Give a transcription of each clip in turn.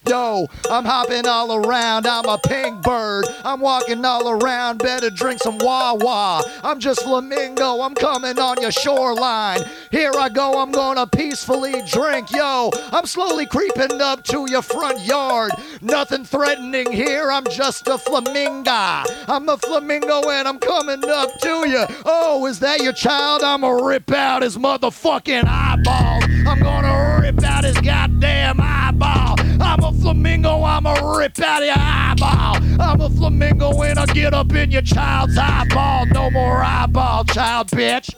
Yo, I'm hopping all around, I'm a pink bird. I'm walking all around, better drink some Wawa. I'm just flamingo, I'm coming on your shoreline. Here I go, I'm gonna peacefully drink. Yo, I'm slowly creeping up to your front yard. Nothing threatening here, I'm just a flamingo. I'm a flamingo and I'm coming up to you. Oh, is that your child? I'ma rip out his motherfucking eyeballs. I'm gonna rip out his goddamn eyeball. I'm a flamingo, I'ma rip out your eyeball. I'm a flamingo and I'll get up in your child's eyeball. No more eyeball, child bitch.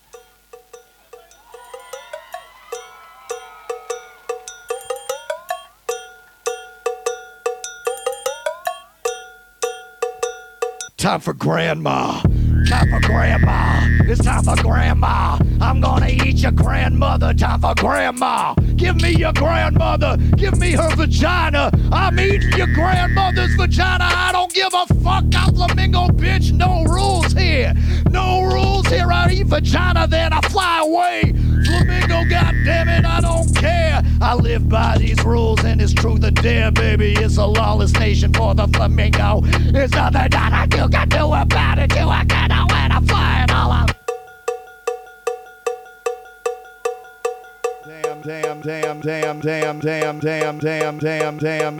Time for grandma. Time for grandma. It's time for grandma. I'm gonna eat your grandmother. Time for grandma. Give me your grandmother. Give me her vagina. I'm eating your grandmother's vagina. I don't give a fuck. I'm flamingo, bitch. No rules here. No rules here. I eat vagina, then I fly away. Flamingo, goddammit, I don't care. I live by these rules and it's truth or dare, baby. It's a lawless nation for the flamingo. It's nothing that you can do about it. You ain't gonna when I'm flying all up. Damn, damn, damn, damn, damn, damn, damn, damn, damn,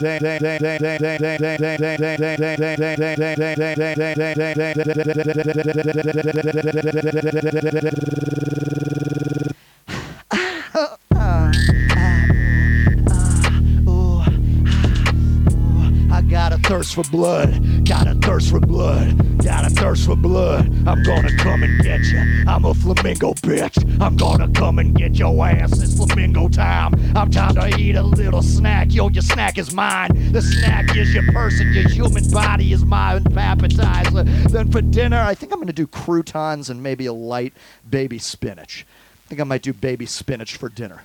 got a thirst for blood, got a thirst for blood, got a thirst for blood. I'm gonna come and get you. I'm a flamingo, bitch. I'm gonna come and get your ass. It's flamingo time. I'm time to eat a little snack. Yo, your snack is mine. The snack is your person. Your human body is my appetizer. Then for dinner, I think I'm gonna do croutons and maybe a light baby spinach. I think I might do baby spinach for dinner.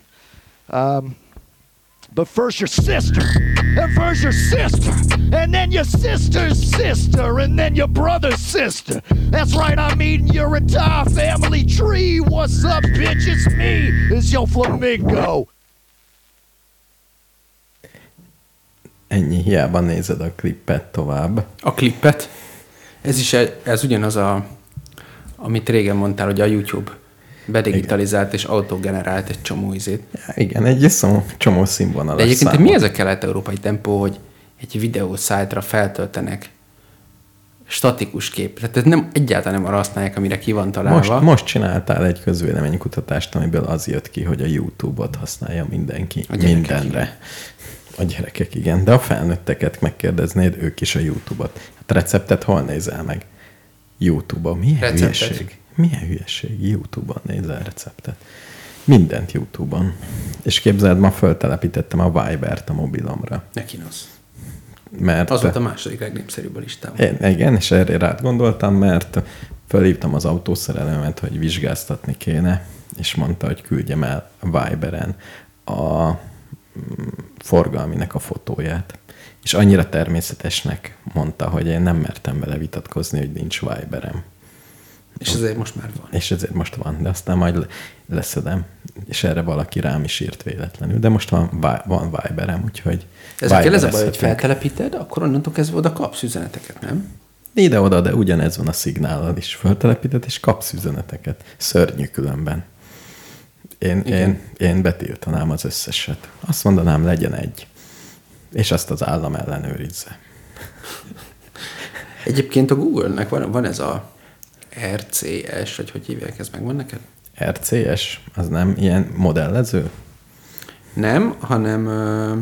But first your sister, and first your sister, and then your sister's sister, and then your brother's sister. That's right, I'm eating your entire family tree. What's up, bitch? It's me. It's your flamingo. Ennyi, hiába nézed a klippet tovább. A klippet? Ez ugyanaz, amit régen mondtál, hogy a YouTube bedigitalizált és autogenerált egy csomó izét. Ja, igen, egy csomó színvonalas. De egyébként mi ez a kelet-európai tempó, hogy egy videószájtra feltöltenek statikus kép? Tehát ez egyáltalán nem arra használják, amire ki van találva. Most csináltál egy közvéleménykutatást, amiből az jött ki, hogy a YouTube-ot használja mindenki. Mindenre. A gyerekek, igen. De a felnőtteket megkérdeznéd, ők is a YouTube-ot. Hát receptet hol nézel meg? YouTube-on. Milyen hülyeség? Milyen hülyeség? YouTube-on nézel receptet. Mindent YouTube-on. És képzeld, ma föltelepítettem a Vibert a mobilomra. Nekinosz. Mert az volt a második legnépszerűbb a listában. Igen, és erre rád gondoltam, mert felhívtam az autószerelőmet, hogy vizsgáztatni kéne, és mondta, hogy küldjem el Viberen a forgalminek a fotóját. És annyira természetesnek mondta, hogy én nem mertem vele vitatkozni, hogy nincs Viberem. És ezért most már van. És ezért most van, de aztán majd leszedem. És erre valaki rám is írt véletlenül. De most van Viberem, úgyhogy... Ezekkel ez a baj, hogy feltelepíted, akkor onnantól kezdve oda kapsz üzeneteket, nem? Ide-oda, de ugyanez van a szignállal is. Feltelepíted, és kapsz üzeneteket. Szörnyű különben. Én betiltanám az összeset. Azt mondanám, legyen egy. És azt az állam ellenőrizze. Egyébként a Google-nek van ez a RCS, vagy hogy hívják, ez megvan neked? RCS? Az nem ilyen modellező? Nem, hanem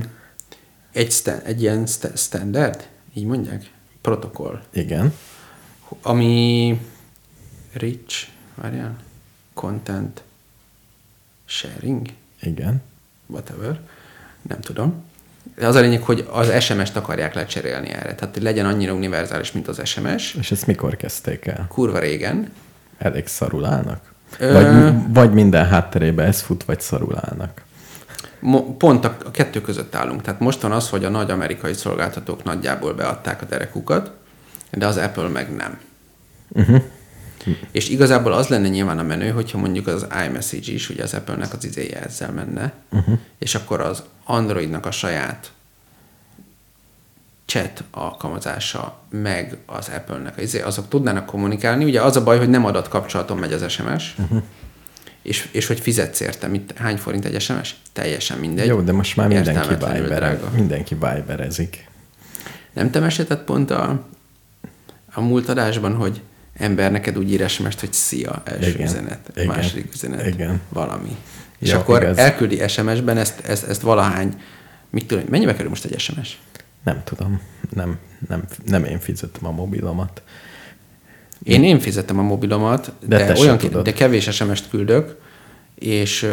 egy ilyen standard, így mondják? Protokoll. Igen. Ami content sharing? Igen. Whatever. Nem tudom. De az a lényeg, hogy az SMS-t akarják lecserélni erre. Tehát, hogy legyen annyira univerzális, mint az SMS. És ezt mikor kezdték el? Kurva régen. Elég szarul állnak? Vagy minden hátterébe ez fut, vagy szarul állnak? Pont a kettő között állunk. Tehát most van az, hogy a nagy amerikai szolgáltatók nagyjából beadták a derekukat, de az Apple meg nem. Uh-huh. És igazából az lenne nyilván a menő, hogyha mondjuk az iMessage is, ugye az Apple-nek az izéje ezzel menne, és akkor az Androidnak a saját chat alkalmazása, meg az Apple-nek, azok tudnának kommunikálni. Ugye az a baj, hogy nem adatkapcsolaton megy az SMS, és hogy fizetsz érte, hány forint egy SMS? Teljesen mindegy. Jó, de most már mindenki viberezik. Nem te mesélted pont a múlt adásban, hogy ember neked úgy ír SMS-t, hogy szia, első üzenet, második üzenet, valami. És akkor elküldi SMS-ben ezt valahány, mit tudom, mennyibe kerül most egy SMS? Nem tudom. Nem én fizetem a mobilomat. Én fizetem a mobilomat, de kevés SMS-t küldök, és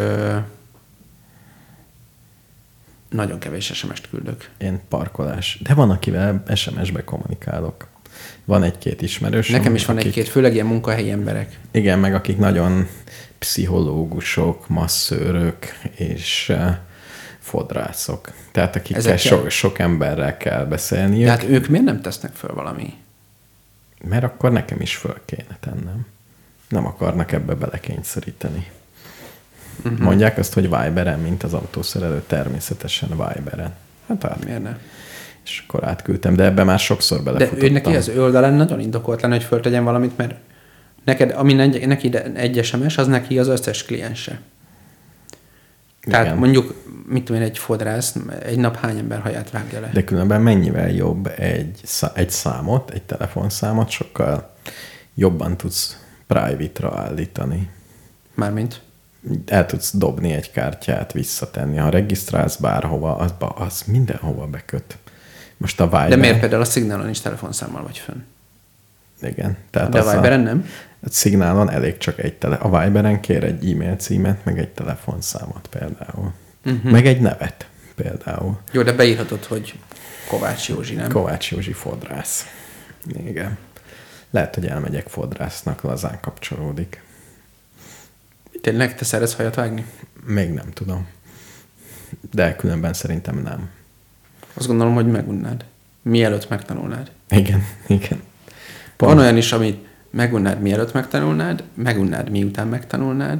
nagyon kevés SMS-t küldök. Én parkolás. De van, akivel SMS-be kommunikálok. Van egy-két ismerősöm. Nekem is van egy-két, főleg ilyen munkahelyi emberek. Igen, meg akik nagyon pszichológusok, masszőrök és fodrászok. Tehát akikkel sok emberrel kell beszélniük. Tehát ők miért nem tesznek föl valami? Mert akkor nekem is föl kéne tennem. Nem akarnak ebbe belekényszeríteni. Mondják azt, hogy Viberen, mint az autószerelő, természetesen Viberen. Hát miért ne? És akkor átküldtem, de ebben már sokszor belefutottam. De ő neki az oldalán nagyon indokolt lenne, hogy föltegyen valamit, mert neked, ami neki egy SMS, az neki az összes kliense. Tehát igen. Mondjuk, mit tudom én, egy fodrász egy nap hány ember haját vágja le? De különben mennyivel jobb egy számot, egy telefonszámot, sokkal jobban tudsz private-ra állítani. Mármint? El tudsz dobni egy kártyát, visszatenni. Ha regisztrálsz bárhova, az mindenhova beköt. Most a Viber... De miért például a Signalon is telefonszámmal vagy fönn? Igen. Tehát de a Viberen nem? A Signalon elég csak a Viberen kér egy e-mail címet, meg egy telefonszámot például. Meg egy nevet például. Jó, de beírhatod, hogy Kovács Józsi, nem? Kovács Józsi fodrász. Igen. Lehet, hogy elmegyek fodrásznak, lazán kapcsolódik. Tényleg te szeretsz hajat vágni? Még nem tudom. De különben szerintem nem. Azt gondolom, hogy megunnád. Mielőtt megtanulnád. Igen. Van olyan is, amit megunnád mielőtt megtanulnád, megunnád miután megtanulnád,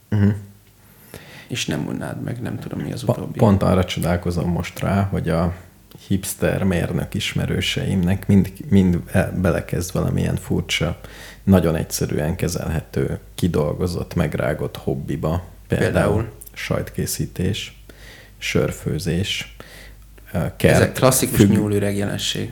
és nem unnád meg, nem tudom mi az utóbbi. Pont arra csodálkozom most rá, hogy a hipster mérnök ismerőseimnek mind belekezd valamilyen furcsa, nagyon egyszerűen kezelhető, kidolgozott, megrágott hobbiba. Például sajtkészítés, sörfőzés, kert. Ezek klasszikus nyúlüreg jelenség.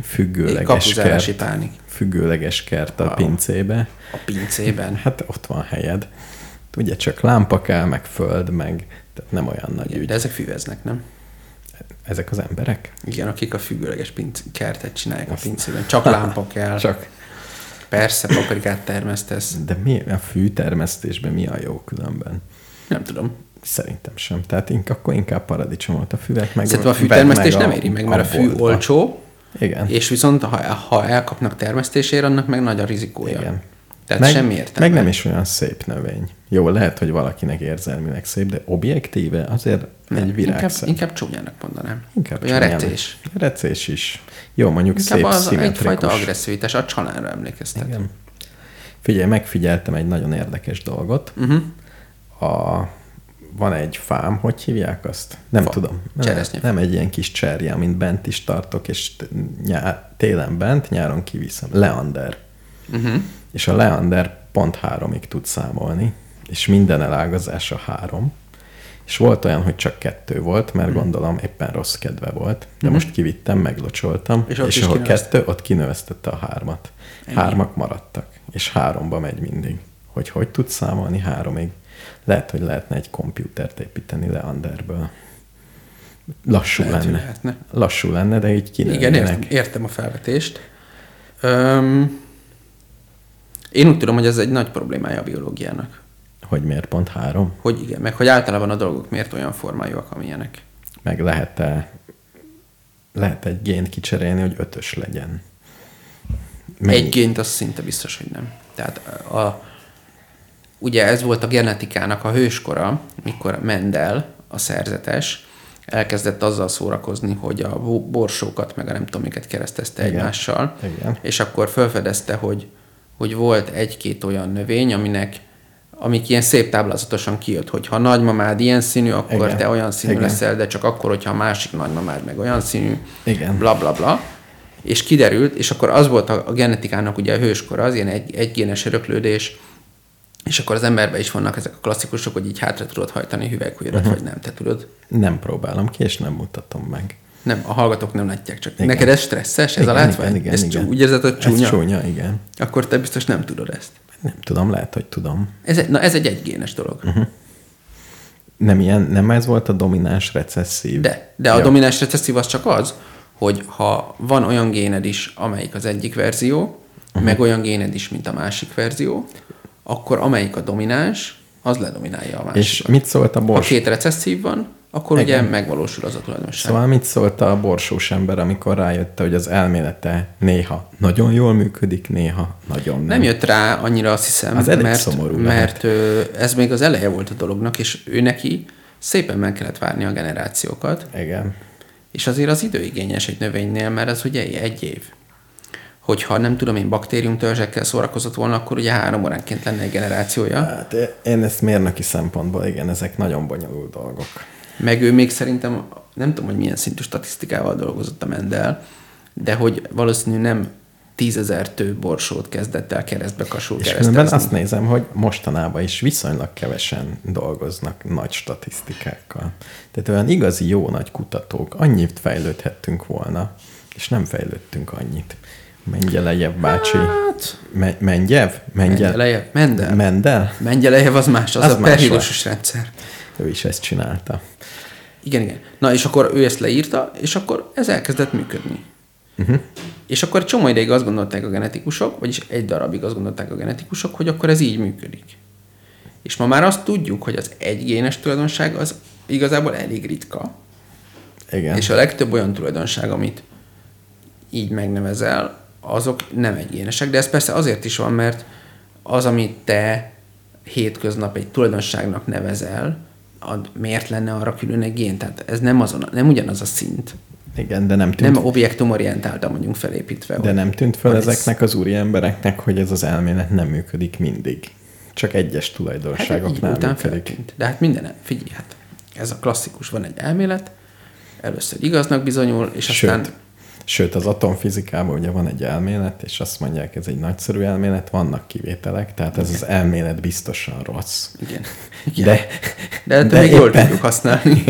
Függőleges kert a pincébe. A pincében? Hát ott van helyed. Ugye csak lámpa kell, meg föld, meg tehát nem olyan nagy ügy. De ezek füveznek, nem? Ezek az emberek? Igen, akik a függőleges kertet csinálják a pincében. Csak lámpa kell. Csak. Persze, paprikát termesztesz. De mi a fűtermesztésben mi a jó különben? Nem tudom. Szerintem sem. Tehát akkor inkább paradicsomot a füvet meg. Szerintem a fűtermesztés nem éri meg, mert a fű olcsó. Igen. És viszont ha elkapnak termesztésére, annak meg nagy a rizikója. Igen. Tehát semmi értelme. Meg nem is olyan szép növény. Jó, lehet, hogy valakinek érzelmileg szép, de objektíve azért egy virágszem. Inkább csúnyának mondanám. Inkább olyan recés. Recés is. Jó, mondjuk inkább szép, az szimmetrikus. Egyfajta agresszivitás, a családra emlékeztet. Igen. Figyelj, megfigyeltem egy nagyon érdekes dolgot. Van egy fám, hogy hívják azt? Nem tudom. Nem egy ilyen kis cserje, amint bent is tartok, és télen bent, nyáron kiviszem. Leander. És a leander pont 3-ig tud számolni, és minden elágazása 3. És volt olyan, hogy csak 2 volt, mert gondolom éppen rossz kedve volt. De most kivittem, meglocsoltam, és ahol 2, ott kinövesztette a 3-at. 3-ak maradtak, és 3-ba megy mindig. Hogy tud számolni 3-ig? Lehet, hogy lehetne egy kompjútert építeni leanderből. Lassú lenne, de így kinőnének. Igen, értem a felvetést. Én úgy tudom, hogy ez egy nagy problémája a biológiának. Hogy miért pont 3? Hogy igen, meg hogy általában a dolgok miért olyan formájúak, amilyenek. Meg lehet egy gént kicserélni, hogy 5-ös legyen. Egy gént az szinte biztos, hogy nem. Tehát ugye ez volt a genetikának a hőskora, mikor Mendel, a szerzetes, elkezdett azzal szórakozni, hogy a borsókat, meg a nem tudom, miket keresztezte egymással. Igen. És akkor felfedezte, hogy volt egy-két olyan növény, amik ilyen szép táblázatosan kijött, hogy ha nagymamád ilyen színű, akkor te olyan színű leszel, de csak akkor, hogyha a másik nagymamád meg olyan színű, bla bla bla. És kiderült, és akkor az volt a genetikának ugye a hőskora, az ilyen egygénes öröklődés, és akkor az emberben is vannak ezek a klasszikusok, hogy így hátra tudod hajtani hüvelykujjadat, vagy nem, te tudod? Nem próbálom ki, és nem mutatom meg. Nem, a hallgatók nem látják csak. Igen. Neked ez stresszes, ez Igen, a látvány? igen, ez igen. úgy érzed, hogy csúnya? Ez csúnya, igen. Akkor te biztos nem tudod ezt. Nem tudom, lehet, hogy tudom. Ez egy egygénes dolog. Nem ez volt a domináns recesszív? De a domináns recesszív az csak az, hogy ha van olyan géned is, amelyik az egyik verzió, meg olyan géned is, mint a másik verzió, akkor amelyik a domináns, az ledominálja a másikat. És mit szólt a Ha bors? 2 recesszív van, akkor ugye megvalósul az a tulajdonság. Szóval mit szólt a borsós ember, amikor rájötte, hogy az elmélete néha nagyon jól működik, néha nagyon nem? Nem jött rá annyira, azt hiszem, Az elég szomorú mert ez még az eleje volt a dolognak, és ő neki szépen meg kellett várni a generációkat. Igen. És azért az időigényes egy növénynél, mert ez ugye 1 év. Hogyha nem tudom én baktériumtörzsekkel szórakozott volna, akkor ugye 3 óránként lenne egy generációja. Hát én ezt mérnöki szempontból, igen, ezek nagyon bonyolult dolgok. Meg ő még szerintem, nem tudom, hogy milyen szintű statisztikával dolgozott a Mendel, de hogy valószínű nem 10 000 tő borsót kezdett el keresztbe kasul És keresztezni. különben azt nézem, hogy mostanában is viszonylag kevesen dolgoznak nagy statisztikákkal. Tehát olyan igazi jó nagy kutatók, annyit fejlődhettünk volna, és nem fejlődtünk annyit. Mengyelejev bácsi. Hát... Mendel? Mengyelejev az más, az a perhídusos rendszer. Ő is ezt csinálta. Igen. Na, és akkor ő ezt leírta, és akkor ez elkezdett működni. És akkor csomó ideig azt gondolták a genetikusok, vagyis egy darabig azt gondolták a genetikusok, hogy akkor ez így működik. És ma már azt tudjuk, hogy az egygénes tulajdonság az igazából elég ritka. Igen. És a legtöbb olyan tulajdonság, amit így megnevezel, azok nem egygénesek, de ez persze azért is van, mert az, amit te hétköznap egy tulajdonságnak nevezel, miért lenne arra külön egy gén? Tehát ez nem ugyanaz a szint. Igen, de nem tűnt. Nem objektumorientáltan mondjuk felépítve. De nem tűnt fel ezeknek az úri embereknek, hogy ez az elmélet nem működik mindig. Csak egyes tulajdonságoknál működik. Feltűnt. De hát minden, figyelj, hát ez a klasszikus, van egy elmélet, először igaznak bizonyul, és aztán... Sőt, az atomfizikában ugye van egy elmélet, és azt mondják, ez egy nagyszerű elmélet, vannak kivételek, tehát ez az elmélet biztosan rossz. Igen. De még jól tudjuk használni.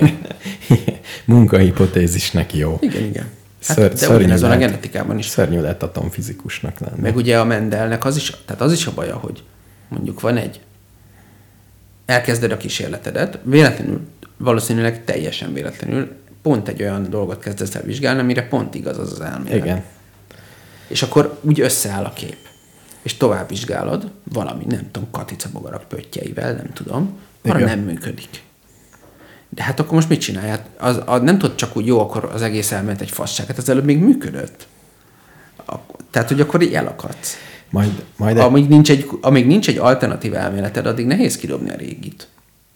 Munkahipotézisnek jó. Igen. Hát, de ugyanez van a genetikában is. Szörnyű lehet atomfizikusnak lenni. Meg ugye a Mendelnek az is a baja, hogy mondjuk van elkezded a kísérletedet, valószínűleg teljesen véletlenül, pont egy olyan dolgot kezdesz el vizsgálni, amire pont igaz az elmélet. Igen. És akkor úgy összeáll a kép. És tovább vizsgálod, valami, nem tudom, katicabogarak pöttyeivel, nem tudom, arra nem működik. De hát akkor most mit csinálj? Nem tudod csak úgy, jó, akkor az egész elmélet egy fasság. Hát az előbb még működött. Tehát, hogy akkor így elakadsz. Majd amíg nincs egy alternatív elméleted, addig nehéz kidobni a régit.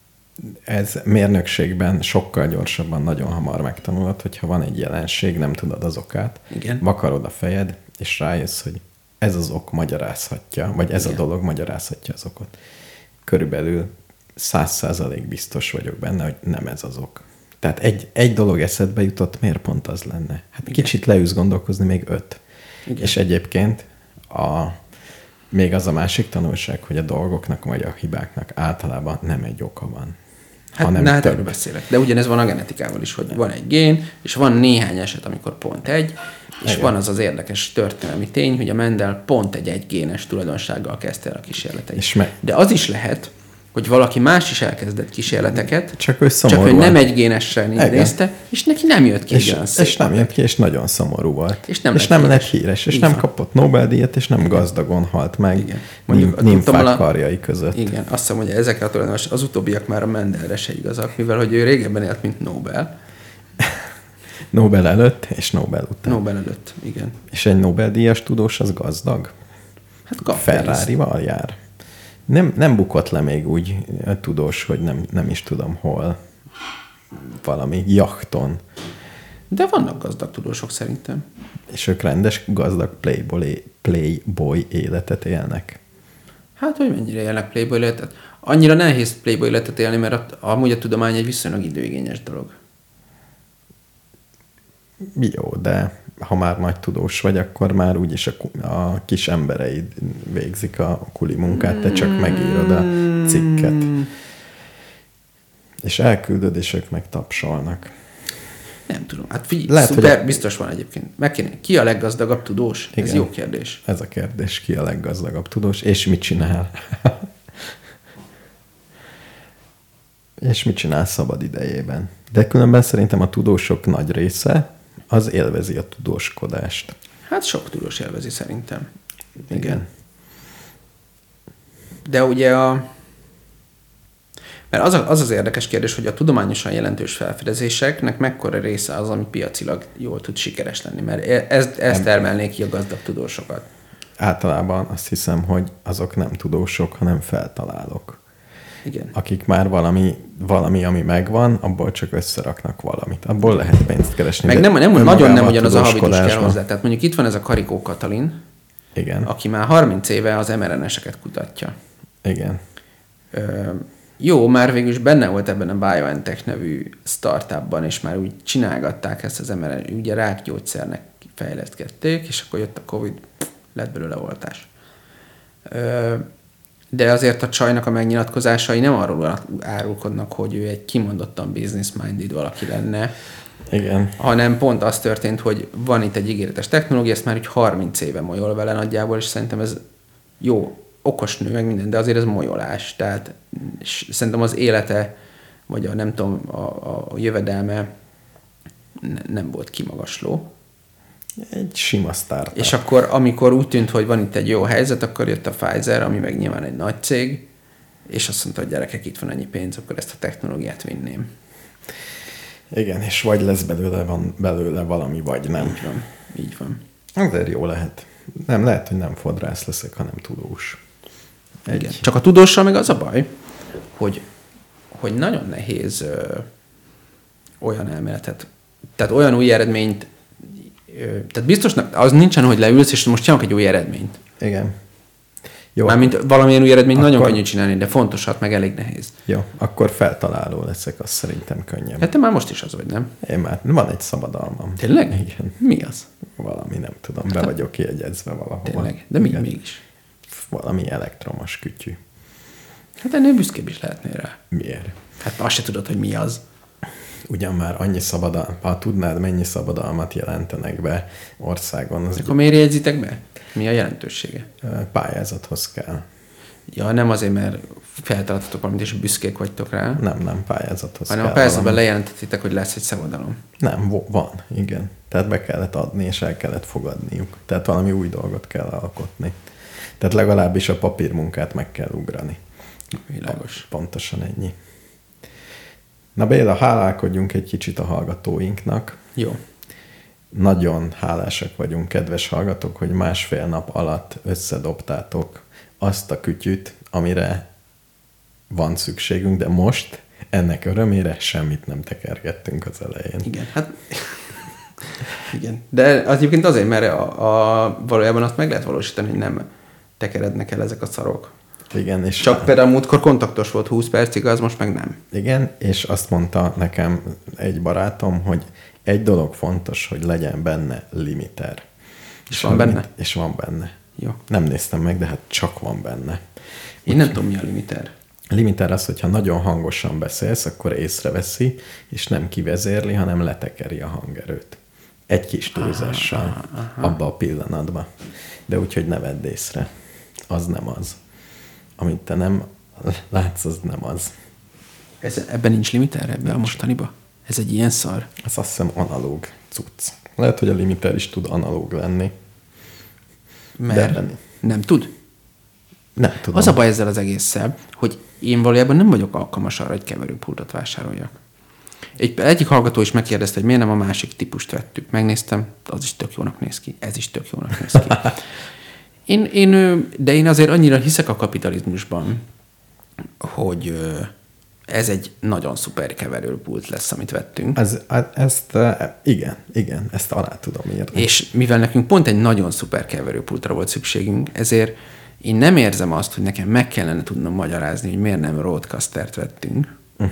Ez mérnökségben sokkal gyorsabban, nagyon hamar megtanulod, hogyha van egy jelenség, nem tudod az okát, vakarod a fejed, és rájössz, hogy ez az ok magyarázhatja, vagy ez a dolog magyarázhatja az okot. Körülbelül 100% biztos vagyok benne, hogy nem ez az ok. Tehát egy dolog eszedbe jutott, miért pont az lenne? Hát kicsit leülsz gondolkozni, még 5. Igen. És egyébként még az a másik tanulság, hogy a dolgoknak vagy a hibáknak általában nem egy oka van. Hát erről beszélek. De ugyanez van a genetikával is, hogy van egy gén, és van néhány eset, amikor pont egy, és van az érdekes történelmi tény, hogy a Mendel pont egy egygénes tulajdonsággal kezdte el a kísérleteit. De az is lehet, hogy valaki más is elkezdett kísérleteket, csak ő nem egygénessel nézte, és neki nem jött ki. És nem jött ki, és nagyon szomorú volt. És nem lett híres, és nem kapott Nobel-díjat, és nem gazdagon halt meg nimfák karjai között. Igen, azt hiszem, hogy ezekre az utóbbiak már a Mendelre se igazak, mivel hogy ő régebben élt, mint Nobel. Nobel előtt, és Nobel után. Nobel előtt, igen. És egy Nobel-díjas tudós az gazdag? Hát Ferrari-val jár. Nem bukott le még úgy tudós, hogy nem is tudom hol. Valami jachton. De vannak gazdag tudósok szerintem. És ők rendes gazdag playboy életet élnek. Hát, hogy mennyire élnek playboy életet? Annyira nehéz playboy életet élni, mert amúgy a tudomány egy viszonylag időigényes dolog. Jó, de ha már nagy tudós vagy, akkor már úgyis a kis embereid végzik a kuli munkát, te csak megírod a cikket. És elküldöd, és ők meg tapsolnak. Nem tudom. Hát figyelj, szuper, biztos van egyébként. Megkérdeni, ki a leggazdagabb tudós? Igen, ez jó kérdés. Ez a kérdés, ki a leggazdagabb tudós, és mit csinál? És mit csinál szabad idejében? De különben szerintem a tudósok nagy része az élvezi a tudóskodást. Hát sok tudós élvezi szerintem. Igen. De ugye mert az érdekes kérdés, hogy a tudományosan jelentős felfedezéseknek mekkora része az, ami piacilag jól tud sikeres lenni, mert ez termelné ki a gazdag tudósokat. Általában azt hiszem, hogy azok nem tudósok, hanem feltalálók. Igen. Akik már valami, ami megvan, abból csak összeraknak valamit. Abból lehet pénzt keresni. Meg nagyon nem ugyanaz a habitus kell hozzá. Tehát mondjuk itt van ez a Karikó Katalin, igen, aki már 30 éve az mRNA-seket kutatja. Igen. Jó, már végül is benne volt ebben a BioNTech nevű startupban, és már úgy csinálgatták ezt az mRNA, ugye rákgyógyszernek fejlesztgették, és akkor jött a Covid, lett belőle oltás. De azért a csajnak a megnyilatkozásai nem arról árulkodnak, hogy ő egy kimondottan business-minded valaki lenne, igen, hanem pont az történt, hogy van itt egy ígéretes technológia, ezt már úgy 30 éve molyol vele nagyjából, és szerintem ez jó, okos nő, meg minden, de azért ez molyolás. Tehát szerintem az élete, vagy a nem tudom, a jövedelme nem volt kimagasló. Egy sima startup. És akkor, amikor úgy tűnt, hogy van itt egy jó helyzet, akkor jött a Pfizer, ami meg nyilván egy nagy cég, és azt mondta, hogy gyerekek, itt van ennyi pénz, akkor ezt a technológiát vinném. Igen, és vagy lesz belőle valami, vagy nem. Így van. Azért jó lehet. Nem, lehet, hogy nem fodrász leszek, hanem tudós. Igen. Csak a tudóssal meg az a baj, hogy nagyon nehéz olyan elméletet, tehát olyan új eredményt, tehát biztos az nincsen, hogy leülsz, és most csinálok egy új eredményt. Igen. Jó. Mármint valamilyen új eredményt nagyon könnyű csinálni, de fontosat meg elég nehéz. Jó, akkor feltaláló leszek, azt szerintem könnyebb. Hát te már most is az vagy, nem? Én már, van egy szabadalmam. Tényleg? Igen. Mi az? Valami, nem tudom, be vagyok kiegyezve valahova. Tényleg? De mi mégis? Valami elektromos kütyű. Hát ennél büszkébb is lehetnél rá. Miért? Hát azt se tudod, hogy mi az. Ugyan már annyi szabadalmat, ha tudnád, mennyi szabadalmat jelentenek be országon. Akkor miért jegyzitek be? Mi a jelentősége? Pályázathoz kell. Ja, nem azért, mert feltaláltatok valamit, és büszkék vagytok rá. Nem, pályázathoz hanem kell. A pályázatban lejelentettétek, hogy lesz egy szabadalom. Nem, van, igen. Tehát be kellett adni, és el kellett fogadniuk. Tehát valami új dolgot kell alkotni. Tehát legalábbis a papírmunkát meg kell ugrani. Világos. Pontosan ennyi. Na Béla, hálálkodjunk egy kicsit a hallgatóinknak. Jó. Nagyon hálásak vagyunk, kedves hallgatók, hogy 1,5 nap alatt összedobtátok azt a kütyüt, amire van szükségünk, de most ennek örömére semmit nem tekergettünk az elején. Igen, hát igen. De egyébként azért, mert valójában azt meg lehet valósítani, hogy nem tekerednek el ezek a szarok. Igen, és csak például múltkor kontaktos volt 20 percig, az most meg nem. Igen, és azt mondta nekem egy barátom, hogy egy dolog fontos, hogy legyen benne limiter. És van benne? És van benne. Jó. Nem néztem meg, de hát csak van benne. Én nem tudom, mi a limiter. Limiter az, hogyha nagyon hangosan beszélsz, akkor észreveszi, és nem kivezérli, hanem letekeri a hangerőt. Egy kis túlzással abba a pillanatban. De úgyhogy ne vedd észre. Az nem az. Amit te nem látsz, az nem az. Ebben nincs limiter, ebben a mostaniba? Ez egy ilyen szar? Ez azt hiszem analóg cucc. Lehet, hogy a limiter is tud analóg lenni. Mert nem tud? Nem tudom. Az a baj ezzel az egésszel, hogy én valójában nem vagyok alkalmas arra, hogy keverőpultot vásároljak. Egyik hallgató is megkérdezte, hogy miért nem a másik típust vettük. Megnéztem, az is tök jónak néz ki. Ez is tök jónak néz ki. De én azért annyira hiszek a kapitalizmusban, hogy ez egy nagyon szuper keverőpult lesz, amit vettünk. Igen, ezt alá tudom írni. És mivel nekünk pont egy nagyon szuper keverőpultra volt szükségünk, ezért én nem érzem azt, hogy nekem meg kellene tudnom magyarázni, hogy miért nem Roadcaster-t vettünk.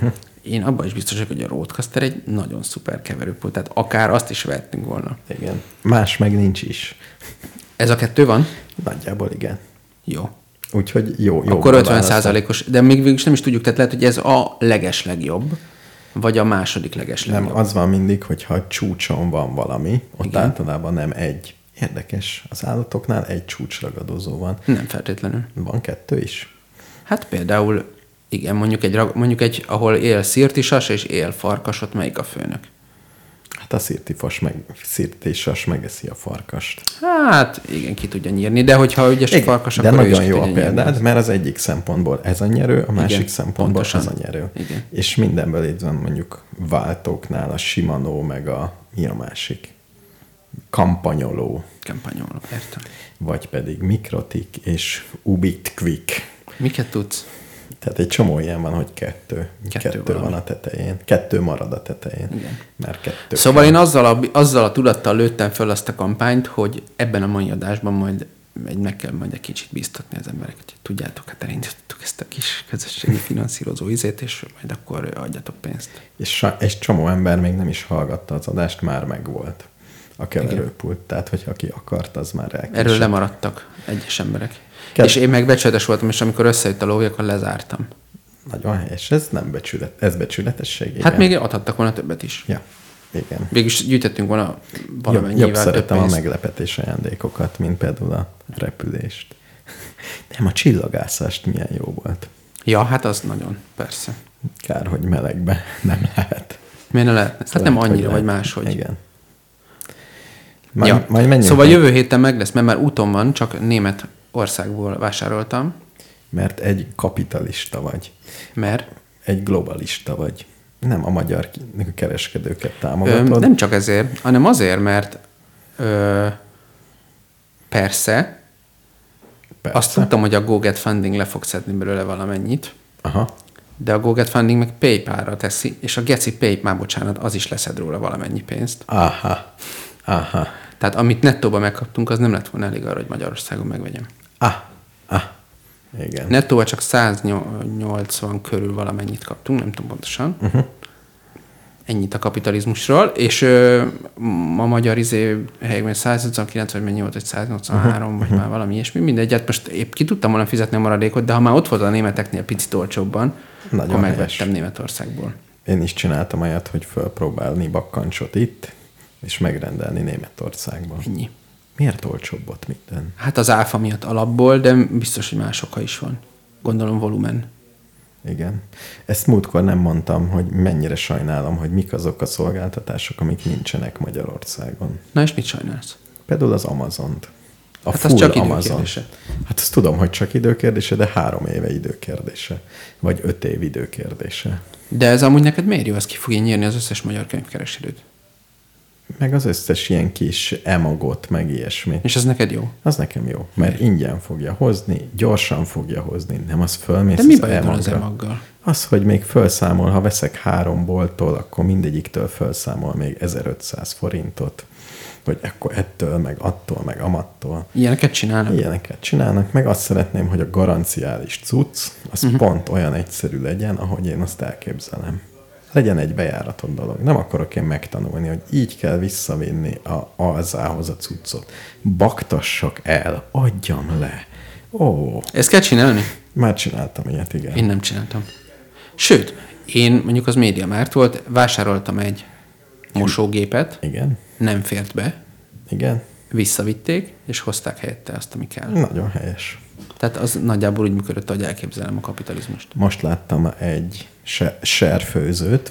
én abban is biztos vagyok, hogy a Rodecaster egy nagyon szuper keverőpult, tehát akár azt is vettünk volna. Igen. Más meg nincs is. Ez a 2 van? Nagyjából igen. Jó. Úgyhogy jó. Akkor 50%-os, de még végül is nem is tudjuk, tehát lehet, hogy ez a legeslegjobb, vagy a második legeslegjobb. Nem, az van mindig, hogyha a csúcson van valami, ott Igen. általában nem egy. Érdekes, az állatoknál egy csúcsragadozó van. Nem feltétlenül. Van 2 is? Hát például, igen, mondjuk egy ahol él szirtisas és él farkas, ott melyik a főnök? Hát a szirtisas megeszi a farkast. Hát igen, ki tudja nyírni, de hogyha ügyes a farkas, de akkor ő is nagyon jó a tudja nyírni. példád, mert az egyik szempontból ez a nyerő, a másik Igen, szempontból pontosan. az a nyerő. Igen. És mindenből itt van mondjuk váltóknál a Shimano, meg mi a másik? Kampanyoló, Kampanyoló, értem. vagy pedig Mikrotik és Ubit Quick. Miket tudsz? Tehát egy csomó ilyen van, hogy 2 valami. van a tetején. 2 marad a tetején. Igen. Mert 2. Szóval én azzal a tudattal lőttem föl azt a kampányt, hogy ebben a mai adásban majd meg kell majd egy kicsit bíztatni az embereket. Tudjátok, hát elindítottuk ezt a kis közösségi finanszírozó izét, és majd akkor adjatok pénzt. És csomó ember még nem is hallgatta az adást, már megvolt a keverőpult. Tehát, hogyha aki akart, az már elkésett. Erről lemaradtak egyes emberek. És én meg becsületes voltam, és amikor összejött a lóvé, akkor lezártam. Nagyon helyes. Ez nem ez becsületesség. Igen. Hát még adhattak volna többet is. Ja, igen. Végülis gyűjtöttünk volna valamennyivel Jobb több szeretem a pénzt. meglepetés ajándékokat, mint például a repülést. Nem, a csillagászást milyen jó volt. Ja, hát az nagyon, persze. Kár, hogy melegbe nem lehet. Miért ne lehetne? Hát nem Lehet, annyira, hogy vagy lehet. máshogy. Igen. Ja. Majd menjünk. Szóval jövő héten meg lesz, mert már úton van, csak német országból vásároltam. Mert egy kapitalista vagy. Mert Egy globalista vagy. Nem a magyar kereskedőket támogatod. nem csak ezért, hanem azért, mert persze, azt tudtam, hogy a GoGetFunding le fog szedni belőle valamennyit, Aha. de a GoGetFunding meg PayPal-ra teszi, és a Geci PayPal, bocsánat, az is leszed róla valamennyi pénzt. Aha. Tehát amit nettóban megkaptunk, az nem lett volna elég arra, hogy Magyarországon megvegyem. Igen. Nettóban csak 180 körül valamennyit kaptunk, nem tudom pontosan. Ennyit a kapitalizmusról, és a magyar helyekben 189, vagy mennyi volt, hogy 183, vagy már valami ilyesmi, mindegy, hát most épp ki tudtam volna fizetni a maradékot, de ha már ott volt a németeknél picit olcsóbban, Nagyon akkor helyes. megvettem Németországból. Én is csináltam olyat, hogy fölpróbálni bakkancsot itt, és megrendelni Németországban. Ennyi. Miért olcsóbb ott minden? Hát az áfa miatt alapból, de biztos, hogy más oka is van. Gondolom volumen. Igen. Ezt múltkor nem mondtam, hogy mennyire sajnálom, hogy mik azok a szolgáltatások, amik nincsenek Magyarországon. Na és mit sajnálsz? Például az Amazont. A Hát az full csak Amazon. időkérdése. Hát azt tudom, hogy csak időkérdése, de 3 éve időkérdése. Vagy 5 év időkérdése. De ez amúgy neked miért jó? Ez ki fogja nyírni az összes magyar könyvkereskedőt. Meg az összes ilyen kis emagot, meg ilyesmi. És ez neked jó? Az nekem jó, mert ingyen fogja hozni, gyorsan fogja hozni, nem az fölmész De mi az baj van az emagra. emaggal? Az, hogy még felszámol, ha veszek 3 bolttól, akkor mindegyiktől felszámol még 1500 forintot, hogy akkor ettől, meg attól, meg amattól. Ilyeneket csinálnak? Ilyeneket csinálnak, meg azt szeretném, hogy a garanciális cucc, az pont olyan egyszerű legyen, ahogy én azt elképzelem. Legyen egy bejáratott dolog. Nem akarok én megtanulni, hogy így kell visszavinni a alzához a cuccot. Baktassak el, adjam le. Ó, Ezt kell csinálni? már csináltam ilyet, igen. Én nem csináltam. Sőt, én mondjuk az MediaMarkt volt, vásároltam egy mosógépet, Igen, nem fért be, igen. visszavitték, és hozták helyette azt, ami kell. Nagyon helyes. Tehát az nagyjából úgy működött, ahogy elképzelem a kapitalizmust. Most láttam egy serfőzőt.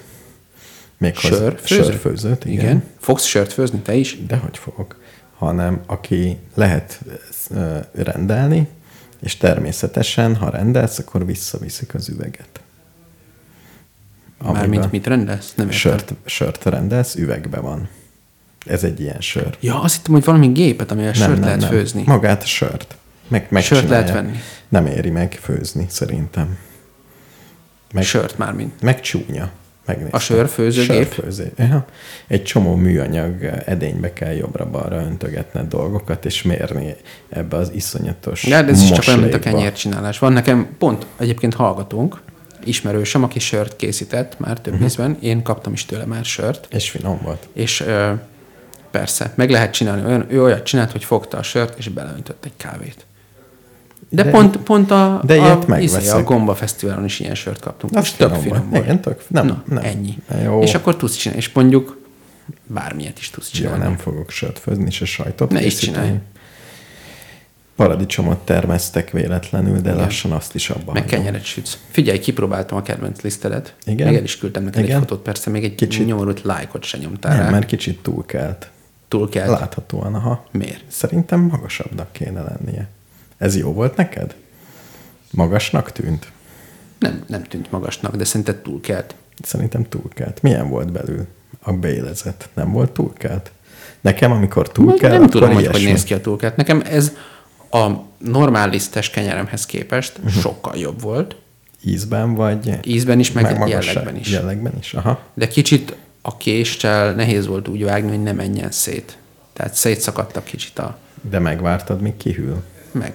Sörfőző? Sörfőzőt, igen. Igen. Fogsz sört főzni, te is? Dehogy fogok. Hanem aki lehet rendelni, és természetesen, ha rendelsz, akkor visszaviszik az üveget. Mármint mit rendelsz? Nem értem. Sört rendelsz, üvegbe van. Ez egy ilyen sör. Ja, azt hittem, hogy valami gépet, amivel sört lehet főzni. Magát a sört. Sört lehet venni. Nem éri meg főzni, szerintem. Sört mármint. Meg csúnya. Megnéztem. A sörfőzőgép? Sörfőző. Ja. Egy csomó műanyag edénybe kell jobbra-balra öntögetned dolgokat, és mérni ebbe az iszonyatos De ez is csak olyan, mint a moslékba. kenyércsinálás. Van nekem pont egyébként hallgatónk, ismerősöm, aki sört készített már több ízben. Én kaptam is tőle már sört. És finom volt. És persze, meg lehet csinálni. Ő olyat csinált, hogy fogta a sört, és beleöntött egy kávét. De pont a Gomba Fesztiválon is ilyen sört kaptunk. És tök finom volt. Igen, nem. Ennyi. Jó. És akkor tudsz csinálni. És mondjuk bármilyet is tudsz csinálni. Jó, nem fogok sört főzni, se sajtot ne is csinálj. Paradicsomot termesztek véletlenül, de lassan azt is abban. Meg kenyeret sütsz. Figyelj, kipróbáltam a kedvenc lisztedet. Igen? Meg el is küldtem neked egy fotót, persze még egy kicsit nyomorult lájkot se nyomtál rá. Mert kicsit túlkelt. Túlkelt? Láthatóan, aha. Miért? Szerintem magasabbnak kéne lennie. Ez jó volt neked? Magasnak tűnt? Nem tűnt magasnak, de szerinted túlkelt. Szerintem túlkelt. Milyen volt belül a bélezet? Nem volt túlkelt? Nekem, amikor túlkelt, nem tudom, hogy néz ki a túlkelt. Nekem ez a normál lisztes kenyeremhez képest sokkal jobb volt. Ízben vagy? Ízben is, meg jellegben is. Jellegben is, aha. De kicsit a késsel nehéz volt úgy vágni, hogy ne menjen szét. Tehát szétszakadtak kicsit a... De megvártad, míg kihűl? Meg.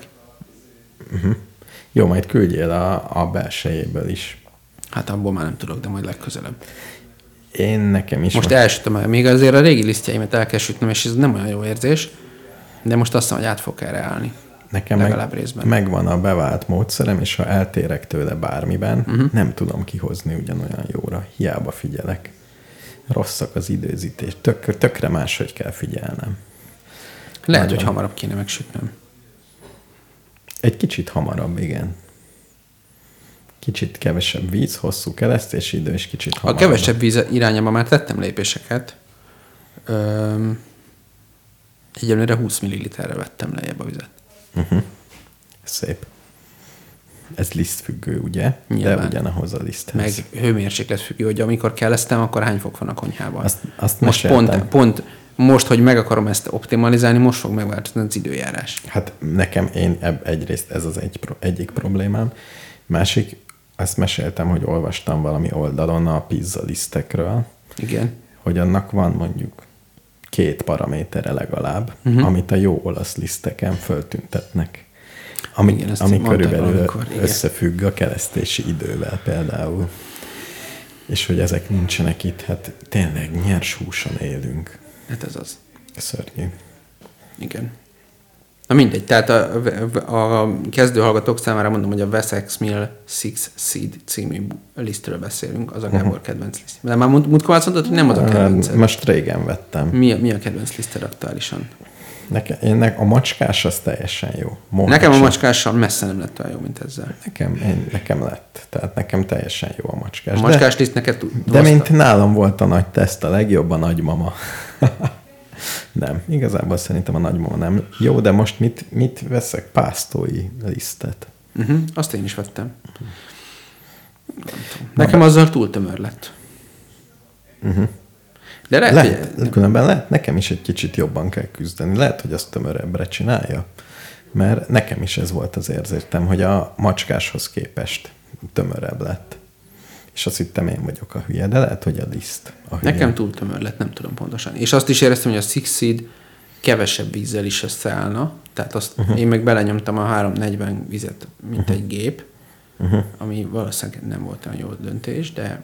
Jó, majd küldjél a belsejéből is. Hát abból már nem tudok, de majd legközelebb. Nekem is. Most elsütöm, még azért a régi lisztjeimet el kell sütnöm, és ez nem olyan jó érzés, de most azt mondom, hogy át fog erre állni. Nekem megvan a bevált módszerem, és ha eltérek tőle bármiben, nem tudom kihozni ugyanolyan jóra. Hiába figyelek. Rosszak az időzítés. Tökre máshogy kell figyelnem. Lehet, hogy hamarabb kéne megsütnöm. Egy kicsit hamarabb, igen. Kicsit kevesebb víz, hosszú keresztési idő, és kicsit hamarabb. A kevesebb víz irányába már tettem lépéseket. Egyelőre 20 ml-re vettem lejjebb a vizet. Szép. Ez lisztfüggő, ugye? Nyilván. De ugyanahoz a liszthez. Meg hőmérséklet függő, hogy amikor kelleztem, akkor hány fok van a konyhában. Azt most pont most, hogy meg akarom ezt optimalizálni, most fog megváltozni az időjárás. Hát nekem egyrészt ez az egyik problémám. Másik, azt meséltem, hogy olvastam valami oldalon a pizza lisztekről. Igen. Hogy annak van mondjuk 2 paramétere legalább, amit a jó olasz liszteken föltüntetnek. Ami körülbelül összefügg a keresztési idővel például. És hogy ezek nincsenek itt, hát tényleg nyers húson élünk. Hát ez az. Szörnyű. Igen. Na mindegy, tehát a kezdő hallgatók számára mondom, hogy a Wessex Mill Six Seed című lisztről beszélünk, az a Gábor kedvenc liszt. De már múltkor azt mondtad, hogy nem az a kedvenced. Most régen vettem. Mi a kedvenc liszted aktuálisan? A macskás az teljesen jó. Nekem a macskással messze nem lett olyan jó, mint ezzel. Nekem lett. Tehát nekem teljesen jó a macskás. A macskás liszt neked de mint nálam volt a nagy teszt, a legjobb a nagymama. Nem, igazából szerintem a nagymama nem jó, de most mit veszek? Pásztói lisztet. Azt én is vettem. Nekem azzal túl tömör lett. De különben lehet, nekem is egy kicsit jobban kell küzdeni. Lehet, hogy azt tömörebbre csinálja. Mert nekem is ez volt az érzétem, hogy a macskáshoz képest tömörebb lett. És azt hittem, én vagyok a hülye, de lehet, hogy a liszt a hülye. Nekem túl tömör lett, nem tudom pontosan. És azt is éreztem, hogy a Six Seed kevesebb vízzel is összeállna. Tehát azt én meg belenyomtam a 340 vizet, mint egy gép, ami valószínűleg nem volt olyan jó döntés, de...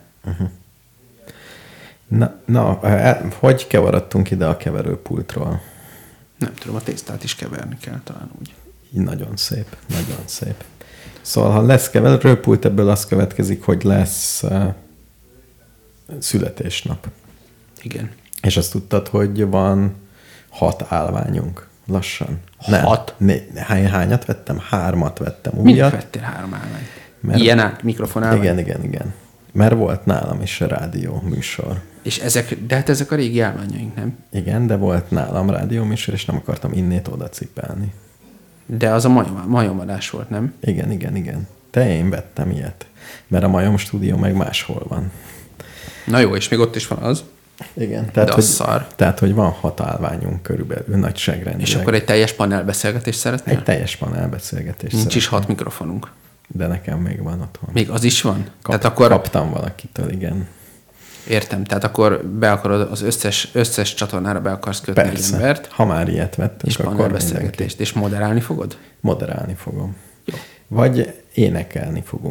Hogy keveredtünk ide a keverőpultról? Nem tudom, a tésztát is keverni kell talán úgy. Nagyon szép, nagyon szép. Szóval, ha lesz keverőpult, ebből az következik, hogy lesz születésnap. Igen. És azt tudtad, hogy van 6 állványunk lassan? 6? Hányat vettem? 3 vettem újat. Mit vettél 3 állványt? Ilyen mikrofon állvány? Igen. Mert volt nálam is a rádió műsor. És ezek a régi állványaink, nem? Igen, de volt nálam rádió műsor, és nem akartam innét oda cipelni. De az a majomadás volt, nem? Igen. De én vettem ilyet. Mert a majom stúdió meg máshol van. Na jó, és még ott is van az. Igen. Tehát, de az szar. Tehát, hogy van 6 állványunk körülbelül, nagyságrendileg. És akkor egy teljes panelbeszélgetést szeretnél? Egy teljes panelbeszélgetést Nincs is 6 mikrofonunk. De nekem még van otthon. Még az is van? Kaptam valakitől, igen. Értem, tehát akkor be akarod az összes csatornára be akarsz kötni egy embert. Ha már ilyet vettünk, és akkor beszélgetést. És moderálni fogod? Moderálni fogom. Jó. Vagy énekelni fogunk.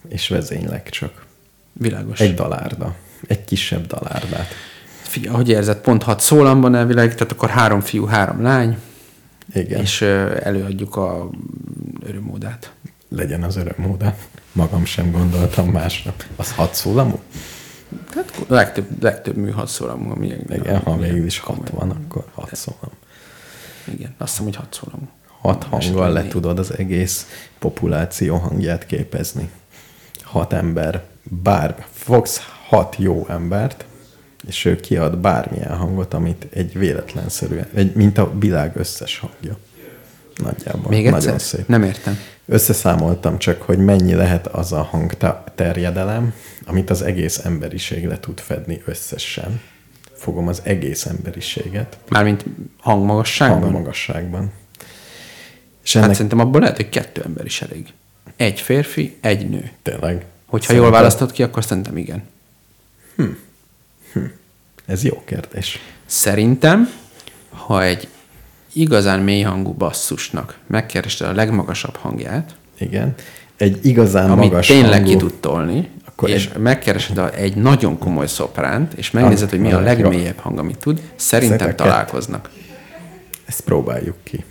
és vezénylek csak. Világos. Egy dalárda. Egy kisebb dalárdát. Figyelj, ahogy érzed, pont 6 szólam van elvileg, tehát akkor 3 fiú, 3 lány. Igen. És előadjuk a örömmódát. Legyen az örömmódát. Magam sem gondoltam másra. Az 6 szólamú? Tehát legtöbb mű 6 szólamú. Ami Igen, ha végül is 6 van, akkor 6 szólam. Igen, azt hiszem, hogy 6 szólamú. 6 hanggal le tudod az egész populáció hangját képezni. 6 ember, fogsz 6 jó embert, és ő kiad bármilyen hangot, amit egy véletlenszerűen, mint a világ összes hangja. Nagyjából. Még egyszer? Nagyon szép. Nem értem. Összeszámoltam csak, hogy mennyi lehet az a hangterjedelem, amit az egész emberiség le tud fedni összesen. Fogom az egész emberiséget. Mármint hangmagasságban? Hangmagasságban. És Hát szerintem abból lehet, hogy 2 ember is elég. 1 férfi, 1 nő. Tényleg. Hogyha jól választod ki, akkor szerintem igen. Ez jó kérdés. Szerintem, ha egy igazán mély hangú basszusnak megkerested a legmagasabb hangját, Igen. Egy igazán amit magas tényleg hangú... ki tud tolni, Akkor és megkeresed egy nagyon komoly szopránt, és megnézed, hogy mi a legmélyebb hang, amit tud, szerintem Ezeket találkoznak. Ezt próbáljuk ki.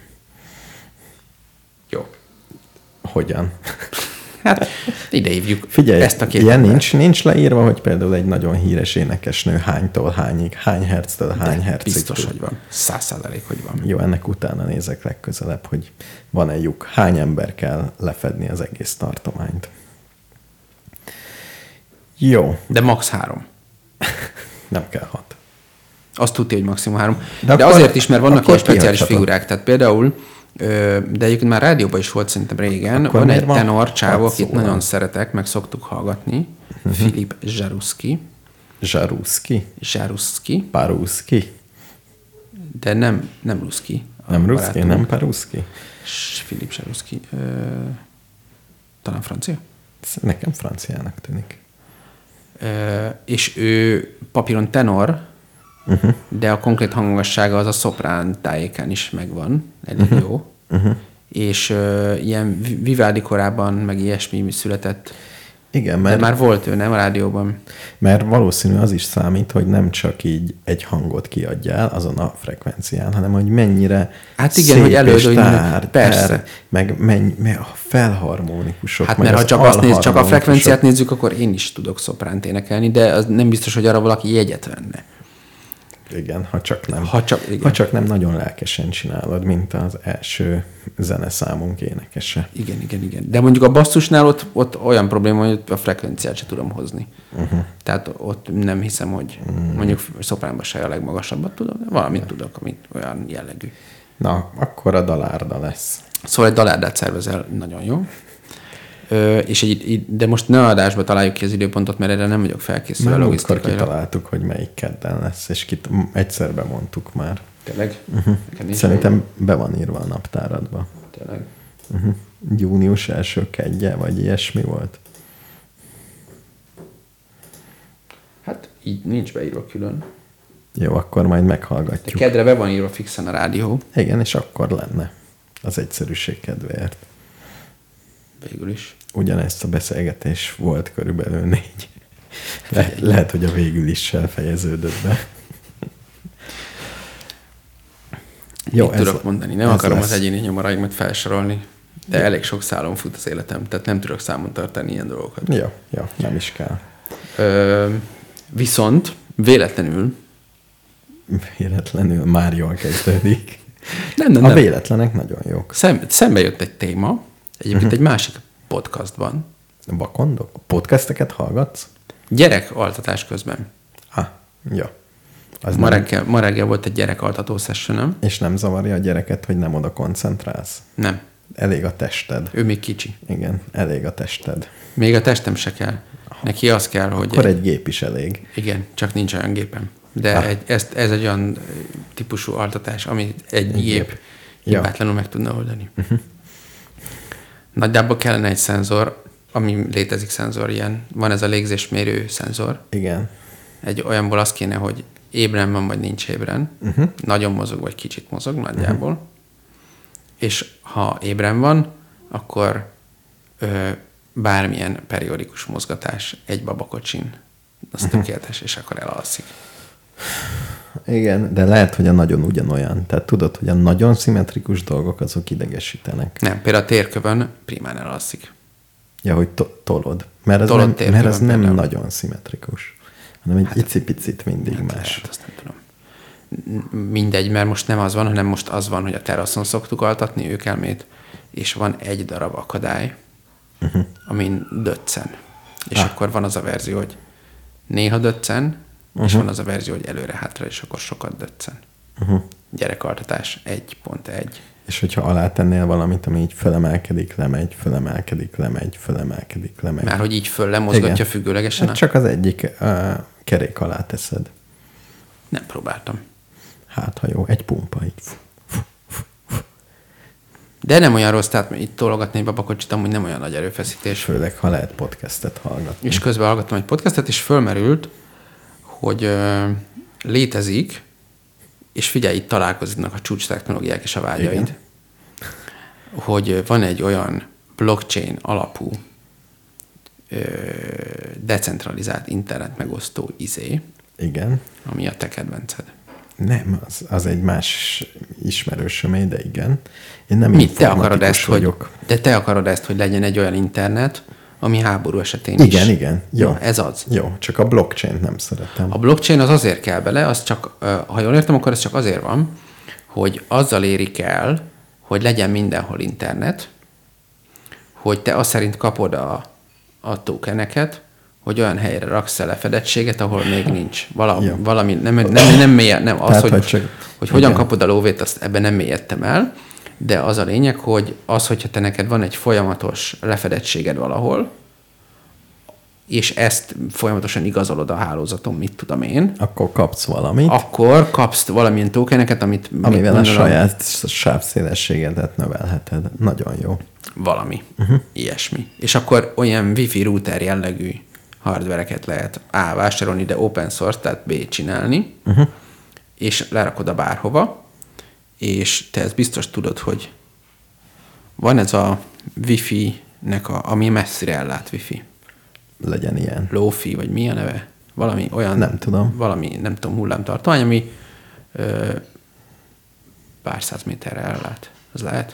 Jó. Hogyan? Hát ide hívjuk Figyelj, ezt a két ilyen embert. nincs leírva, hogy például egy nagyon híres énekesnő hánytól hányig, hány herctől hány hercig Biztos, tud. hogy van. 100%, hogy van. Jó, ennek utána nézek legközelebb, hogy van-e lyuk. Hány ember kell lefedni az egész tartományt. Jó. De max. 3. Nem kell 6. Azt tudja, hogy maximum 3. De De akkor- azért is, mert vannak akkor ilyen speciális kihagyhatod. figurák. Tehát például, de egyébként már rádióban is volt szerintem régen, Akkor van egy miért van tenor csávó, 6 akit szólam? nagyon szeretek, meg szoktuk hallgatni. Filip Zsaruszki. Zsaruszki? Paruszki? De nem Ruszki. a Nem Ruszki? barátunk. Nem Paruszki? Filip Zsaruszki. Talán francia? Nekem franciának tűnik. És ő papíron tenor, de a konkrét hangmagassága az a szoprán tájékán is megvan, elég jó. És ilyen Vivaldi korában, meg ilyesmi született. Igen, De mert, már volt ő, nem a rádióban. mert valószínű az is számít, hogy nem csak így egy hangot kiadjál azon a frekvencián, hanem hogy mennyire Hát igen, szép hogy előadó, és hogy persze. meg a felharmonikusok. Hát meg mert ha az csak azt néz, csak a alharmonikusok. frekvenciát nézzük, akkor én is tudok szopránt énekelni, de az nem biztos, hogy arra valaki jegyet venne. Igen, ha csak nem. Igen. Ha csak nem nagyon lelkesen csinálod, mint az első zeneszámunk énekese. Igen. De mondjuk a basszusnál ott olyan probléma, hogy a frekvenciát se tudom hozni. Tehát ott nem hiszem, hogy mondjuk szopránban se a legmagasabbat tudom, de valamit tudok, amit olyan jellegű. Na, akkor a dalárda lesz. Szóval egy dalárdát szervezel, nagyon jó. De most ne adásba találjuk ki az időpontot, mert erre nem vagyok felkészülve Már múltkor logisztikailag. kitaláltuk, hogy melyik kedden lesz, és egyszer bemondtuk már. Tényleg? Nekem nincs Szerintem be van írva a naptáradba. Tényleg. Június első kedje, vagy ilyesmi volt. Hát így nincs beírva külön. Jó, akkor majd De meghallgatjuk. kedre be van írva fixen a rádió. Igen, és akkor lenne. Az egyszerűség kedvéért. Végül is. Ugyanezt a beszélgetés volt körülbelül 4. Lehet, hogy a végül is fejeződött be. Mit tudok mondani? Nem ez akarom lesz. az egyéni nyomoraimat felsorolni, de elég sok szálon fut az életem, tehát nem tudok számon tartani ilyen dolgokat. Jó, nem is kell. Viszont véletlenül Véletlenül már jól kezdődik. nem. A véletlenek nagyon jók. Szembe jött egy téma, egyébként egy másik podcastban. Vakondok? Podcasteket hallgatsz? Gyerekaltatás közben. Jó. Az Ma reggel volt egy gyerekaltató sessionem. És nem zavarja a gyereket, hogy nem oda koncentrálsz? Nem, Elég a tested. ő még kicsi. Igen, elég a tested. Még a testem se kell. Neki az kell, hogy... Akkor egy gép is elég. Igen, csak nincs olyan gépem. De ez egy olyan típusú altatás, amit egy gép hibátlanul meg tudna oldani. Nagyjából kellene egy szenzor, ami létezik szenzor ilyen. Van ez a légzésmérő szenzor. Igen. Egy olyanból az kéne, hogy ébren van, vagy nincs ébren. Nagyon mozog, vagy kicsit mozog nagyjából. És ha ébren van, akkor bármilyen periódikus mozgatás egy babakocsin, az tökéletes, és akkor elalszik. Igen, de lehet, hogy a nagyon ugyanolyan. Tehát tudod, hogy a nagyon szimmetrikus dolgok azok idegesítenek. Nem, például a térkövön primán elalszik. Ja, hogy tolod. Mert az nem nagyon szimmetrikus, hanem egy icipicit mindig más. Lehet, azt nem tudom. Mindegy, mert most nem az van, hanem most az van, hogy a teraszon szoktuk altatni őkelmét, és van egy darab akadály, amin döccen. És akkor van az a verzió, hogy néha döccen, és van az a verzió, hogy előre-hátra, és akkor sokat döccen. Gyerekaltatás 1.1. És hogyha alátennél valamit, ami így fölemelkedik, lemegy, fölemelkedik, lemegy, fölemelkedik, lemegy. Már hogy így föl lemozgatja függőlegesen? Hát csak az egyik kerék alá teszed. Nem próbáltam. Hát, ha jó, egy pumpa így. De nem olyan rossz, tehát itt tologatni egy babakocsit, amúgy nem olyan nagy erőfeszítés. Főleg, ha lehet podcastet hallgatni. És közben hallgattam egy podcastet, és fölmerült, hogy létezik, és figyelj, itt találkoznak a csúcs technológiák és a vágyaid, igen, hogy van egy olyan blockchain alapú decentralizált internet megosztó igen, ami a te kedvenced. Nem, az egy más ismerősömé, de igen. Én nem mit, te akarod ezt, vagyok. De te akarod ezt, hogy legyen egy olyan internet, ami háború esetén igen, is. Igen, jó. Ez az. Jó, csak a blockchain nem szeretem. A blockchain az azért kell bele, az csak, ha jól értem, akkor ez csak azért van, hogy azzal érik el, hogy legyen mindenhol internet, hogy te azt szerint kapod a tokeneket, hogy olyan helyre raksz el lefedettséget, ahol még nincs. Valami nem az, tehát, hogy hogyan kapod a lóvét, azt ebben nem mélyedtem el, de az a lényeg, hogy az, hogyha te neked van egy folyamatos lefedettséged valahol, és ezt folyamatosan igazolod a hálózaton, mit tudom én. Akkor kapsz valamit. Akkor kapsz valamilyen tokeneket, amivel a saját sávszélességedet növelheted. Nagyon jó. Valami. Ilyesmi. És akkor olyan wifi router jellegű hardvereket lehet A. vásárolni, de open source, tehát B. csinálni, és lerakod a bárhova, és te ezt biztos tudod, hogy van ez a wifi-nek, ami messzire ellát wifi. Legyen ilyen. Low-fi, vagy mi a neve? Valami olyan... Nem tudom. Valami, nem tudom, hullámtartomány, ami pár száz méterre ellát. Az lehet?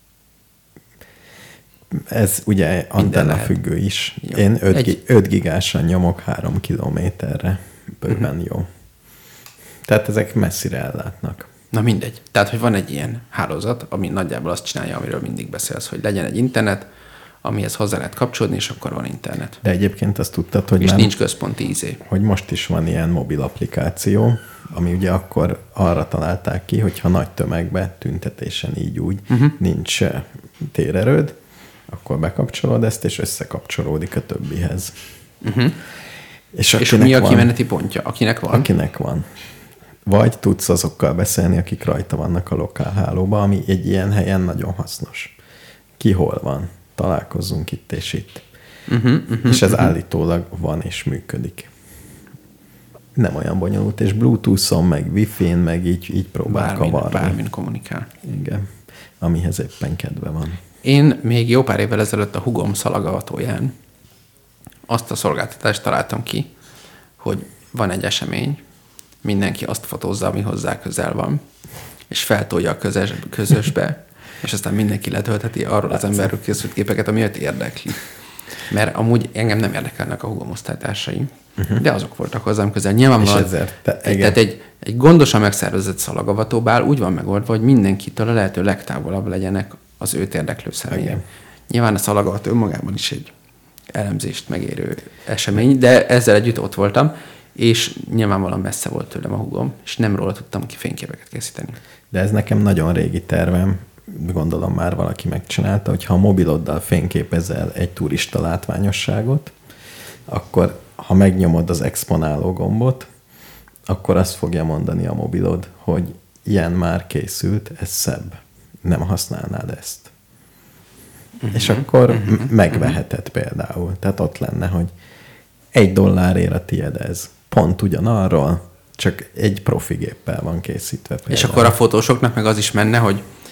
Ez ugye antenna függő is. Jó. Én 5 gigásan nyomok 3 kilométerre. Bőven jó. Tehát ezek messzire ellátnak. Na mindegy. Tehát, hogy van egy ilyen hálózat, ami nagyjából azt csinálja, amiről mindig beszélsz, hogy legyen egy internet, amihez hozzá lehet kapcsolódni, és akkor van internet. De egyébként azt tudtad, hogy és nincs központi hogy most is van ilyen mobil applikáció, ami ugye akkor arra találták ki, hogyha nagy tömegbe, tüntetésen így úgy nincs térerőd, akkor bekapcsolod ezt, és összekapcsolódik a többihez. És mi a kimeneti pontja? Akinek van? Akinek van. Vagy tudsz azokkal beszélni, akik rajta vannak a lokálhálóban, ami egy ilyen helyen nagyon hasznos. Ki hol van? Találkozzunk itt és itt. És ez állítólag van és működik. Nem olyan bonyolult, és Bluetooth-on, meg Wi-Fi-n, meg így próbál kavarni. Bármin kommunikál. Igen, amihez éppen kedve van. Én még jó pár évvel ezelőtt a hugom szalagavatóján azt a szolgáltatást találtam ki, hogy van egy esemény, mindenki azt fotózza, ami hozzá közel van, és feltolja a közösbe, és aztán mindenki letöltheti arról az emberről készült képeket, ami őt érdekli. Mert amúgy engem nem érdekelnek a hugom osztálytársaim, de azok voltak hozzám közel. Nyilvánvalóan, tehát egy gondosan megszervezett szalagavatóbál úgy van megoldva, hogy mindenkitől a lehető legtávolabb legyenek az őt érdeklő személyek. Nyilván a szalagavató önmagában is egy elemzést megérő esemény, de ezzel együtt ott voltam, és nyilvánvalóan messze volt tőlem a hugom, és nem róla tudtam ki fényképeket készíteni. De ez nekem nagyon régi tervem, gondolom már valaki megcsinálta, hogyha a mobiloddal fényképezel egy turista látványosságot, akkor ha megnyomod az exponáló gombot, akkor azt fogja mondani a mobilod, hogy ilyen már készült, ez szebb. Nem használnád ezt. És akkor megveheted például. Tehát ott lenne, hogy $1 a tied ez. Pont ugyanarról, csak egy profi géppel van készítve például. És akkor a fotósoknak meg az is menne, hogy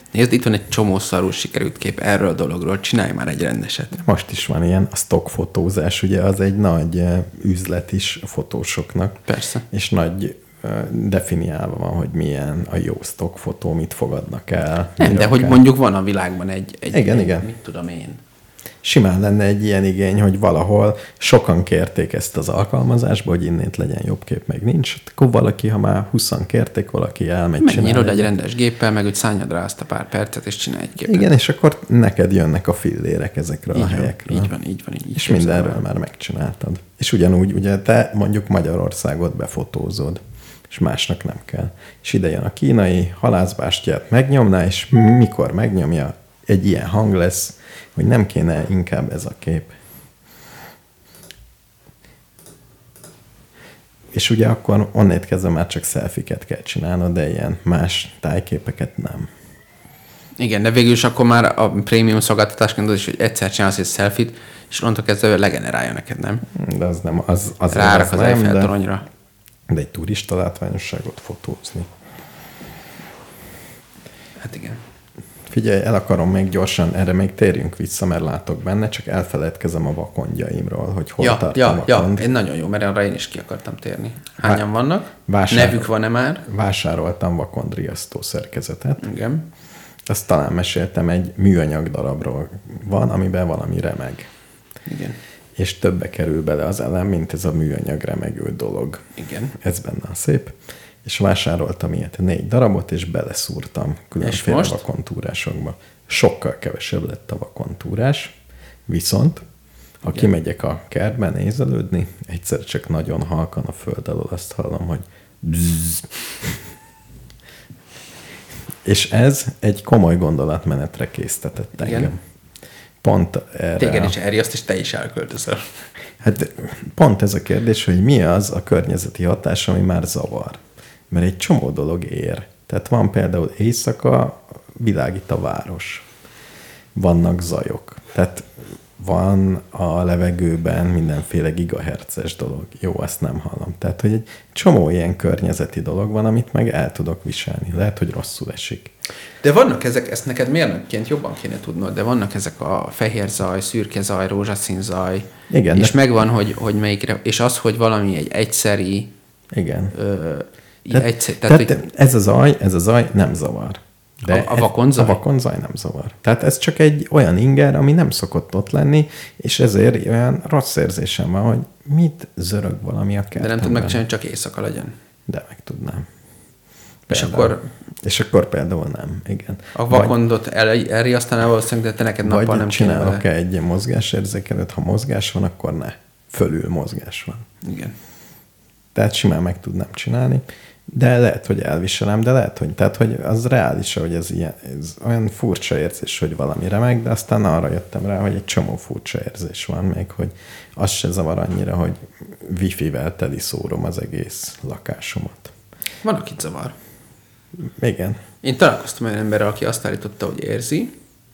Nézd, itt van egy csomó szarul sikerült kép erről a dologról, csinálj már egy rendeset. Most is van ilyen, a stockfotózás, ugye az egy nagy üzlet is fotósoknak. Persze. És nagy definiálva van, hogy milyen a jó stockfotó, mit fogadnak el. Nem, de hogy mondjuk van a világban egy igen. mit tudom én. Simán lenne egy ilyen igény, hogy valahol sokan kérték ezt az alkalmazásba, hogy innét legyen jobb kép, meg nincs. Akkor valaki, ha már 20-an kérték, valaki elmegy csinálni. Menjél oda egy rendes géppel, meg úgy szálljad rá azt a pár percet, és csinálj egy képet. Igen, és akkor neked jönnek a fillérek ezekről így a van, helyekről. Így van. Így és mindenről már megcsináltad. És ugyanúgy, ugye te mondjuk Magyarországot befotózod, és másnak nem kell. És ide jön a kínai halászbástyát megnyomná, és mikor megnyomja, egy ilyen hang lesz, hogy nem kéne inkább ez a kép. És ugye akkor onnét kezdve már csak selfiket kell csinálnod, de ilyen más tájképeket nem. Igen, de végül is akkor már a prémium szolgáltatásként az is, hogy egyszer csinálsz egy selfit, és onnantól kezdve legenerálja neked, nem? De az nem, az rárak az nem, Eiffel toronyra. De egy turista látványosságot fotózni. Hát igen. Figyelj, el akarom még gyorsan, erre még térjünk vissza, mert látok benne, csak elfeledkezem a vakondjaimról, hogy hol tart a vakond. Én nagyon jó, mert arra én is ki akartam térni. Hányan vannak? Nevük van-e már? Vásároltam vakondriasztó szerkezetet. Igen. Azt talán meséltem, egy műanyag darabról van, amiben valami remeg. Igen. És többe kerül bele az elem, mint ez a műanyag remegő dolog. Igen. Ez benne a szép. És vásároltam ilyet 4 darabot, és beleszúrtam különféle vakontúrásokba. Sokkal kevesebb lett a vakontúrás, viszont ha kimegyek a kertbe nézelődni, egyszer csak nagyon halkan a föld alól azt hallom, hogy bzzz. És ez egy komoly gondolatmenetre késztetett engem. Pont erre. Téged is elriaszt, és te is elköltözöl. Hát pont ez a kérdés, hogy mi az a környezeti hatás, ami már zavar. Mert egy csomó dolog ér. Tehát van például éjszaka, világít a város. Vannak zajok. Tehát van a levegőben mindenféle gigahertzes dolog. Jó, azt nem hallom. Tehát, hogy egy csomó ilyen környezeti dolog van, amit meg el tudok viselni. Lehet, hogy rosszul esik. De vannak ezek, ezt neked mérnökként jobban kéne tudnod, de vannak ezek a fehér zaj, szürke zaj, rózsaszín zaj. Igen. És megvan, hogy melyikre, és az, hogy valami egy egyszeri. Igen. Tehát ez a zaj nem zavar. De a vakonzaj? A vakonzaj nem zavar. Tehát ez csak egy olyan inger, ami nem szokott ott lenni, és ezért olyan rossz érzésem van, hogy mit zörög valami a kertemben. De nem tud megcsinálni, csak éjszaka legyen. De meg tudnám. És akkor például nem, igen. A vakondot elriasztanál valószínűleg, de te neked nappal nem kéne vele. Vagy csinálok egy mozgásérzékelőt, ha mozgás van, akkor ne. Fölül mozgás van. Igen. Tehát simán meg tudnám csinálni, de lehet, hogy elviselem, de lehet, hogy, tehát, hogy az reális, hogy ez olyan furcsa érzés, hogy valami remeg, de aztán arra jöttem rá, hogy egy csomó furcsa érzés van még, hogy az se zavar annyira, hogy wifi-vel teli szórom az egész lakásomat. Van, akit zavar. Igen. Én találkoztam olyan emberrel, aki azt állította, hogy érzi,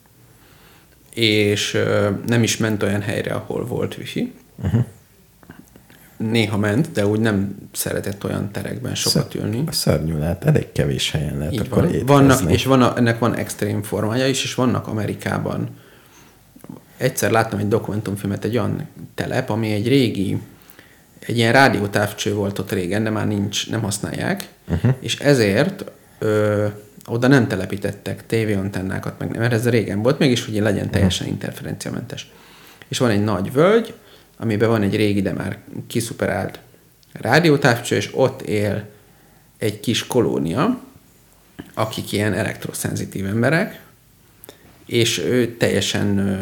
és nem is ment olyan helyre, ahol volt wifi. Uh-huh. Néha ment, de úgy nem szeretett olyan terekben sokat ülni. Szörnyű lehet, elég kevés helyen lehet így akkor van. étkezni. És ennek van extrém formája is, és vannak Amerikában. Egyszer láttam egy dokumentumfilmet, egy olyan telep, ami egy régi, egy ilyen rádiótávcső volt ott régen, de már nem használják, és ezért oda nem telepítettek tévéantennákat, meg nem, mert ez régen volt, mégis hogy legyen teljesen interferenciamentes. És van egy nagy völgy, amiben van egy régi, de már kiszuperált rádiótávcső, és ott él egy kis kolónia, akik ilyen elektroszenzitív emberek, és ő teljesen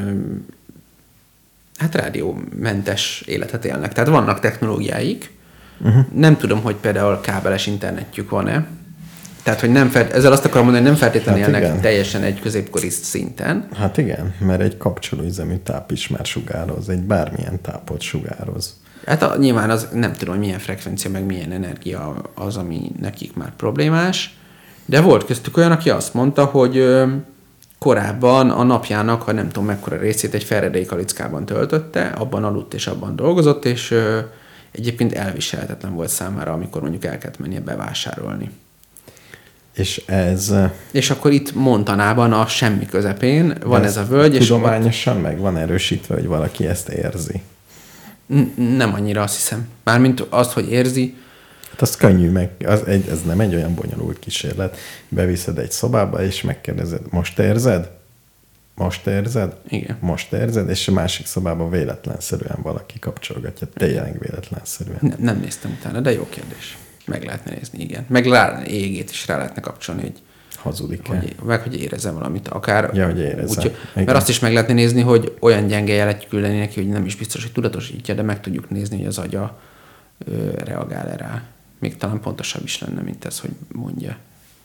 rádiómentes életet élnek. Tehát vannak technológiáik. Nem tudom, hogy például kábeles internetjük van-e. Tehát, hogy ezzel azt akarom mondani, hogy nem feltétlenül élnek teljesen egy középkori szinten. Hát igen, mert egy kapcsolóüzemű táp is már sugároz, egy bármilyen tápot sugároz. Hát nyilván az nem tudom, hogy milyen frekvencia, meg milyen energia az, ami nekik már problémás, de volt köztük olyan, aki azt mondta, hogy korábban a napjának, ha nem tudom mekkora részét egy Faraday kalickában töltötte, abban aludt és abban dolgozott, és egyébként elviselhetetlen volt számára, amikor mondjuk el kellett mennie bevásárolni. És ez... És akkor itt Montanában a semmi közepén van ez a völgy. Tudományosan meg van erősítve, hogy valaki ezt érzi. Nem annyira, azt hiszem. Mármint azt, hogy érzi. Hát az könnyű, ez nem egy olyan bonyolult kísérlet. Beviszed egy szobába, és megkérdezed, most érzed? Most érzed? Igen. Most érzed? És a másik szobában véletlenszerűen valaki kapcsolgatja. Tényleg véletlenszerűen. Nem néztem utána, de jó kérdés. Meg lehetne nézni, igen. Meg égét is rá lehetne kapcsolni, hogy hazudik-e? Hogy érezem valamit. Akár ja, hogy érezzem. Mert azt is meg lehetne nézni, hogy olyan gyenge jelet küldeni neki, hogy nem is biztos, hogy tudatosítja, de meg tudjuk nézni, hogy az agya reagál rá. Még talán pontosabb is lenne, mint ez, hogy mondja.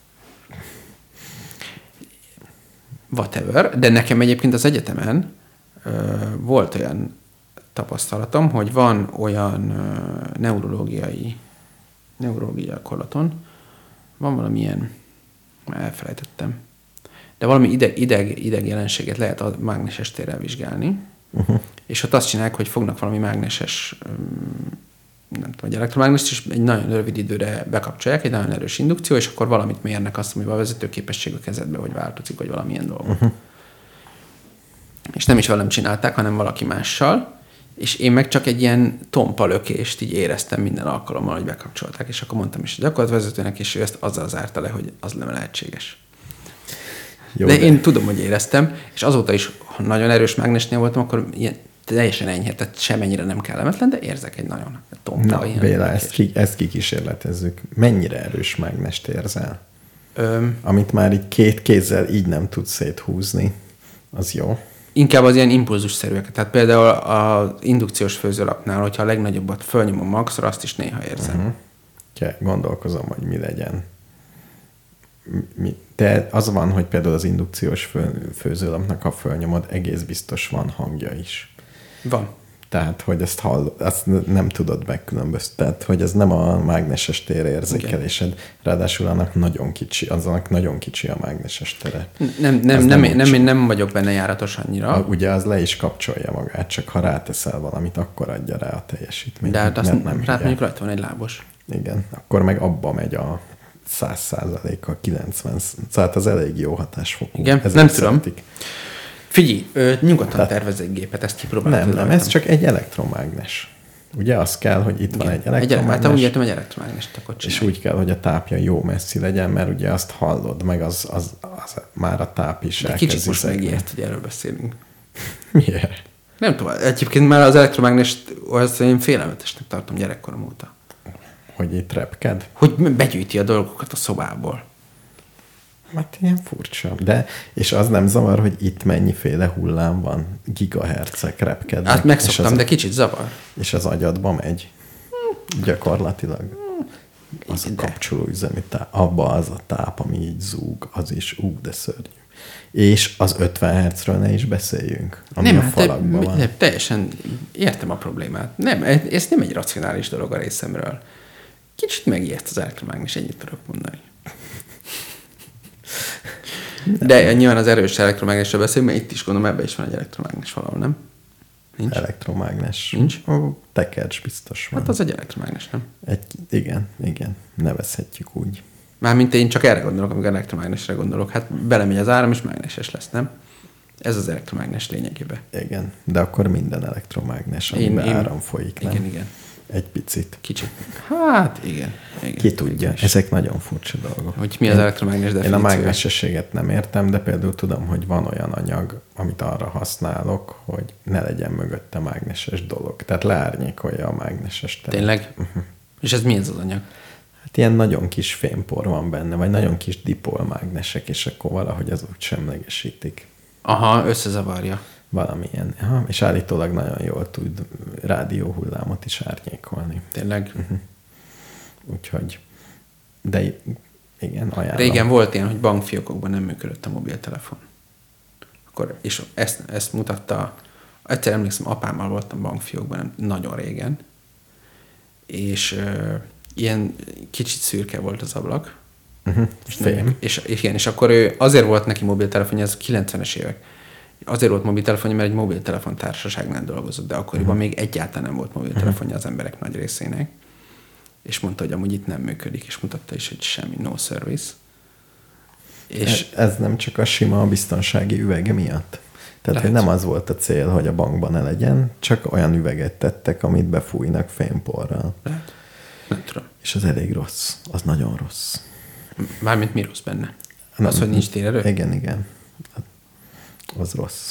Whatever. De nekem egyébként az egyetemen volt olyan tapasztalatom, hogy van olyan neurológiai gyakorlaton, van valamilyen, már elfelejtettem, de valami ideg jelenséget lehet a mágneses térrel vizsgálni, és ott azt csinálják, hogy fognak valami mágneses, nem tudom, egy elektromágnest, és egy nagyon rövid időre bekapcsolják, egy nagyon erős indukció, és akkor valamit mérnek azt, hogy a vezetőképesség a kezedbe, vagy változik, vagy valamilyen dolog. És nem is velem csinálták, hanem valaki mással, és én meg csak egy ilyen tompa lökést így éreztem minden alkalommal, hogy bekapcsolták, és akkor mondtam is a gyakorlatvezetőnek, és ő ezt azzal zárta le, hogy az nem lehetséges. Jó, de én tudom, hogy éreztem, és azóta is, ha nagyon erős mágnesnél voltam, akkor ilyen teljesen enyhe, tehát semennyire nem kellemetlen, de érzek egy nagyon tompa. Na, Béla, ezt kikísérletezzük. Mennyire erős mágnest érzel? Amit már így két kézzel így nem tudsz széthúzni, az jó? Inkább az ilyen impulzusszerűek. Tehát például az indukciós főzőlapnál, hogyha a legnagyobbat fölnyomom maxra, azt is néha érzem. Gondolkozom, hogy mi legyen. De az van, hogy például az indukciós főzőlapnak, ha fölnyomod, egész biztos van hangja is. Van. Tehát, hogy ezt azt nem tudod megkülönböztetni. Tehát, hogy ez nem a mágneses tér érzékelésed. Igen. Ráadásul annak nagyon kicsi a mágneses tere. Nem vagyok benne járatos annyira. Ugye az le is kapcsolja magát, csak ha ráteszel valamit, akkor adja rá a teljesítményt. De hát azt nem mondjuk rajta van egy lábos. Igen, akkor meg abba megy a 100%-a, 90%, tehát az elég jó hatásfokú. Igen, nem tudom. Figyelj, nyugodtan tervezz egy gépet, ezt kipróbáltad. Nem, ez csak egy elektromágnes. Ugye az kell, hogy itt van egy elektromágnes. Hát úgy értem, egy elektromágnest akkor csinálj. És úgy kell, hogy a tápja jó messzi legyen, mert ugye azt hallod, meg az már a táp is elkezdi. Kicsit most megijert, hogy erről beszélünk. Miért? Nem tudom, egyébként már az elektromágnest az én félelmetesnek tartom gyerekkorom óta. Hogy itt repked? Hogy begyűjti a dolgokat a szobából. Hát ilyen furcsa. És az nem zavar, hogy itt mennyiféle hullám van? Gigahertzek repkednek. Hát megszoktam, de kicsit zavar. És az agyadba megy. Gyakorlatilag. Az a kapcsolóüzemi táp. Abba az a táp, ami így zúg, az is de szörnyű. És az 50 Hz-ről ne is beszéljünk, ami nem, a falakban van. Nem, teljesen értem a problémát. Nem, ez nem egy racionális dolog a részemről. Kicsit megijedt az elektromágnes, ennyit tudok mondani. De nyilván az erős elektromágnesről beszélünk, mert itt is gondolom, ebben is van egy elektromágnes valahol, nem? Nincs? Elektromágnes. Nincs? Tekercs biztos van. Hát az egy elektromágnes, nem? Igen. Nevezhetjük úgy. Mármint én csak erre gondolok, amikor elektromágnesre gondolok. Hát belemegy az áram, és mágneses lesz, nem? Ez az elektromágnes lényegében. Igen, de akkor minden elektromágnes, amiben áram folyik, nem? Igen. Egy picit. Kicsit. Hát, igen. Ki tudja. Ezek nagyon furcsa dolgok. Hogy mi az elektromágnes definíció? Én a mágnesességet nem értem, de például tudom, hogy van olyan anyag, amit arra használok, hogy ne legyen mögötte mágneses dolog. Tehát leárnyékolja a mágneses teret. Tényleg? És ez mi ez az anyag? Hát ilyen nagyon kis fémpor van benne, vagy nagyon kis dipolmágnesek, és akkor valahogy az úgy semlegesítik. Aha, összezavarja. Valamilyen. Aha, és állítólag nagyon jól tud rádióhullámot is árnyékolni. Tényleg? Úgyhogy, de igen, ajánlom. Régen volt ilyen, hogy bankfiókokban nem működött a mobiltelefon. Akkor, és ezt mutatta, egyszer emlékszem, apámmal voltam bankfiókban, nem, nagyon régen, és ilyen kicsit szürke volt az ablak. Fém. És akkor ő azért volt neki mobiltelefonja, ez 90-es évek. Azért volt mobiltelefonja, mert egy mobiltelefontársaságnál dolgozott, de akkoriban még egyáltalán nem volt mobiltelefonja az emberek nagy részének. És mondta, hogy amúgy itt nem működik, és mutatta is, hogy semmi, no service. És ez nem csak a sima biztonsági üvege miatt? Tehát, hogy nem az volt a cél, hogy a bankban ne legyen, csak olyan üveget tettek, amit befújnak fémporral. lehet. Nem tudom. És az elég rossz. Az nagyon rossz. Mármint mi rossz benne? Nem, Az, hogy nincs térerő? Igen. Az rossz.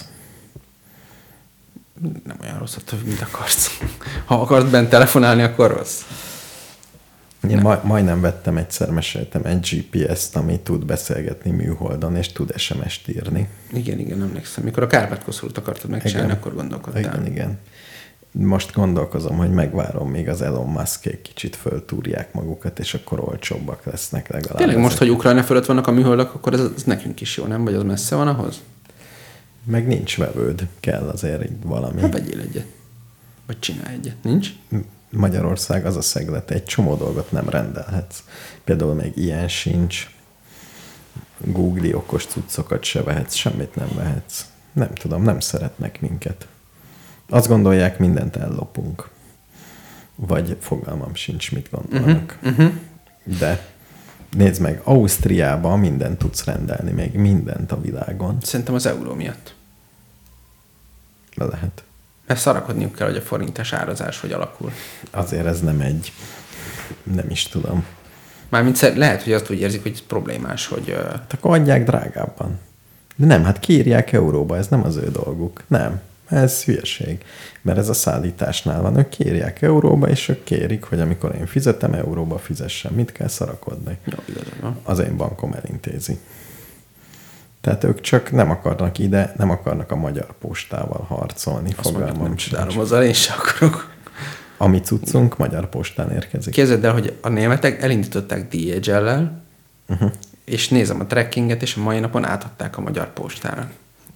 Nem olyan rossz, mint akarsz. Ha akarsz bent telefonálni, akkor rossz. Én majdnem vettem egyszer, meséltem egy GPS-t, ami tud beszélgetni műholdon, és tud SMS-t írni. Igen, emlékszem. Mikor a Kárpát-koszorút akartad megcsinálni, akkor gondolkodtál. Igen. Most gondolkozom, hogy megvárom, még az Elon Muskék kicsit föltúrják magukat, és akkor olcsóbbak lesznek legalább. Tényleg most, hogy Ukrajna fölött vannak a műholdak, akkor ez nekünk is jó, nem? Vagy az messze van ahhoz? Meg nincs vevőd, kell azért így valami. Hát vegyél egyet. Vagy csinálj egyet. Nincs? Magyarország az a szeglet, egy csomó dolgot nem rendelhetsz. Például még ilyen sincs. Google-i okos cuccokat se vehetsz, semmit nem vehetsz. Nem tudom, nem szeretnek minket. Azt mindent ellopunk. Vagy fogalmam sincs, mit gondolnak. De nézd meg, Ausztriában mindent tudsz rendelni, még mindent a világon. Szerintem az euró miatt. Lehet. Mert szarakodniuk kell, hogy a forintes árazás hogy alakul. Azért ez nem is tudom. Mármint lehet, hogy azt úgy érzik, hogy ez problémás, hogy... Hát akkor adják drágábban. De nem, hát kiírják euróba, ez nem az ő dolguk. Nem, ez hülyeség. Mert ez a szállításnál van, ők kiírják euróba, és ők kérik, hogy amikor én fizetem, euróba fizessem. Mit kell szarakodni? Jó, igazad van. Az én bankom elintézi. Tehát ők csak nem akarnak ide, nem akarnak a Magyar Postával harcolni. Azt mondjuk, nem sincs. csodálom, azzal én sem akarok. A mi cuccunk Magyar Postán érkezik. Képzeld el, hogy a németek elindították DHL-lel, és nézem a trackinget, és a mai napon átadták a Magyar Postára.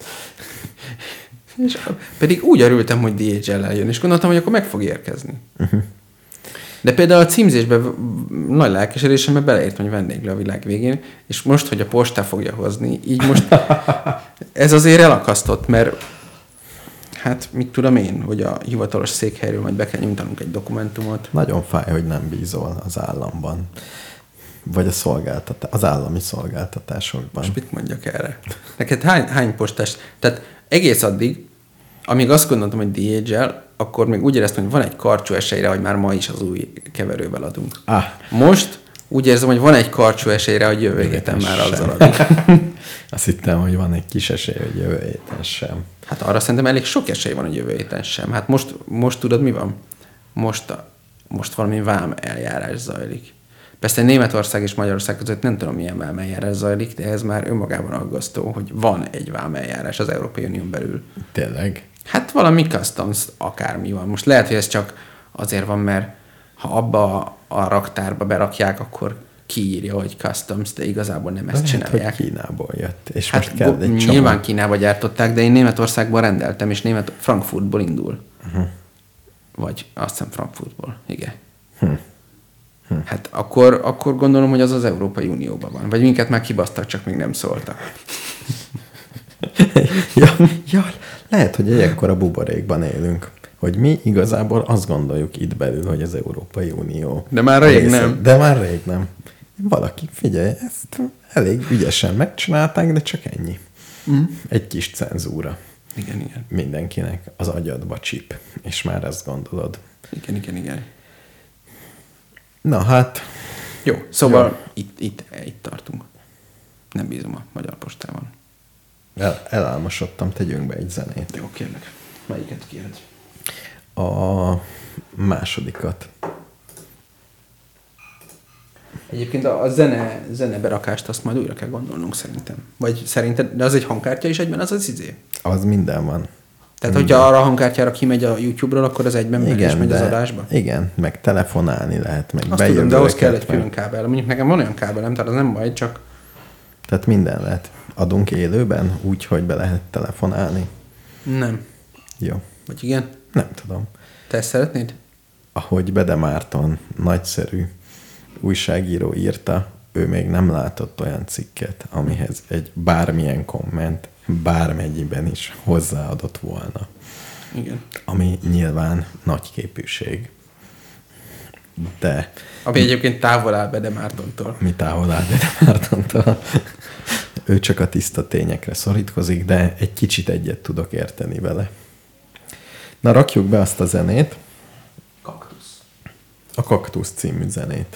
És pedig úgy örültem, hogy DHL-lel jön, és gondoltam, hogy akkor meg fog érkezni. De például a címzésben nagy lelkesedésemben beleírtam, hogy vendéglő a világ végén, és most, hogy a postá fogja hozni, így most ez azért elakasztott, mert hát mit tudom én, hogy a hivatalos székhelyről majd be kell nyújtanunk egy dokumentumot. Nagyon fáj, hogy nem bízol az államban. Vagy az állami szolgáltatásokban. Most mit mondjak erre? Neked hány postás? Tehát egész addig, amíg azt gondoltam, hogy DHL, akkor még úgy éreztem, hogy van egy karcsú esélyre, hogy már ma is az új keverővel adunk. Most úgy érzem, hogy van egy karcsú esélyre, hogy jövő héten már azzal adunk. Azt hittem, hogy van egy kis esély, hogy jövő héten sem. Hát arra szerintem elég sok esély van, hogy jövő héten sem. Hát most tudod, mi van? Most valami vám eljárás zajlik. Persze Németország és Magyarország között nem tudom, milyen vám eljárás zajlik, de ez már önmagában aggasztó, hogy van egy vám eljárás az Európai Unión belül. Tényleg? Hát valami customs akármi van. Most lehet, hogy ez csak azért van, mert ha abba a raktárba berakják, akkor kiírja, hogy customs, de igazából nem ezt lehet, csinálják. hogy Kínából jött. És Hát most kell egy csomó. nyilván Kínába gyártották, de én Németországban rendeltem, és Frankfurtból indul. Vagy azt hiszem Frankfurtból, igen. Hát akkor gondolom, hogy az Európai Unióban van. Vagy minket már kibasztak, csak még nem szóltak. ja, lehet, hogy ekkora buborékban élünk, hogy mi igazából azt gondoljuk itt belül, hogy az Európai Unió. De már rég nem. De már rég nem. Valaki, figyelj, ezt elég ügyesen megcsinálták, de csak ennyi. Egy kis cenzúra. Igen. Mindenkinek az agyadba csip, és már ezt gondolod. Igen. Na hát. Jó, szóval itt tartunk. Nem bízom a Magyar Postában. Elálmosodtam, tegyünk be egy zenét. Jó, kérlek. Melyiket kéred? A másodikat. Egyébként a zene berakást azt majd újra kell gondolnunk szerintem. Vagy szerinted, de az egy hangkártya is egyben, az izé? Az minden van. Tehát, hogyha arra a hangkártyára kimegy a YouTube-ról, akkor az egyben meg is megy az adásba? Igen, meg telefonálni lehet, meg azt tudom, de ahhoz kell egy külön kábel. Mondjuk nekem van olyan kábelem, tehát az nem baj, csak... Tehát minden lehet. Adunk élőben, úgy, hogy be lehet telefonálni? Nem. Jó. Vagy igen? Nem tudom. Te ezt szeretnéd? Ahogy Bede Márton, nagyszerű újságíró írta, ő még nem látott olyan cikket, amihez egy bármilyen komment bármennyiben is hozzáadott volna. Igen. Ami nyilván nagy képűség. De... Ami egyébként távol áll Bede Mártontól. Mi távol áll Bede Mártontól. Ő csak a tiszta tényekre szorítkozik, de egy kicsit egyet tudok érteni vele. Na, rakjuk be azt a zenét. Kaktusz. A Kaktusz című zenét.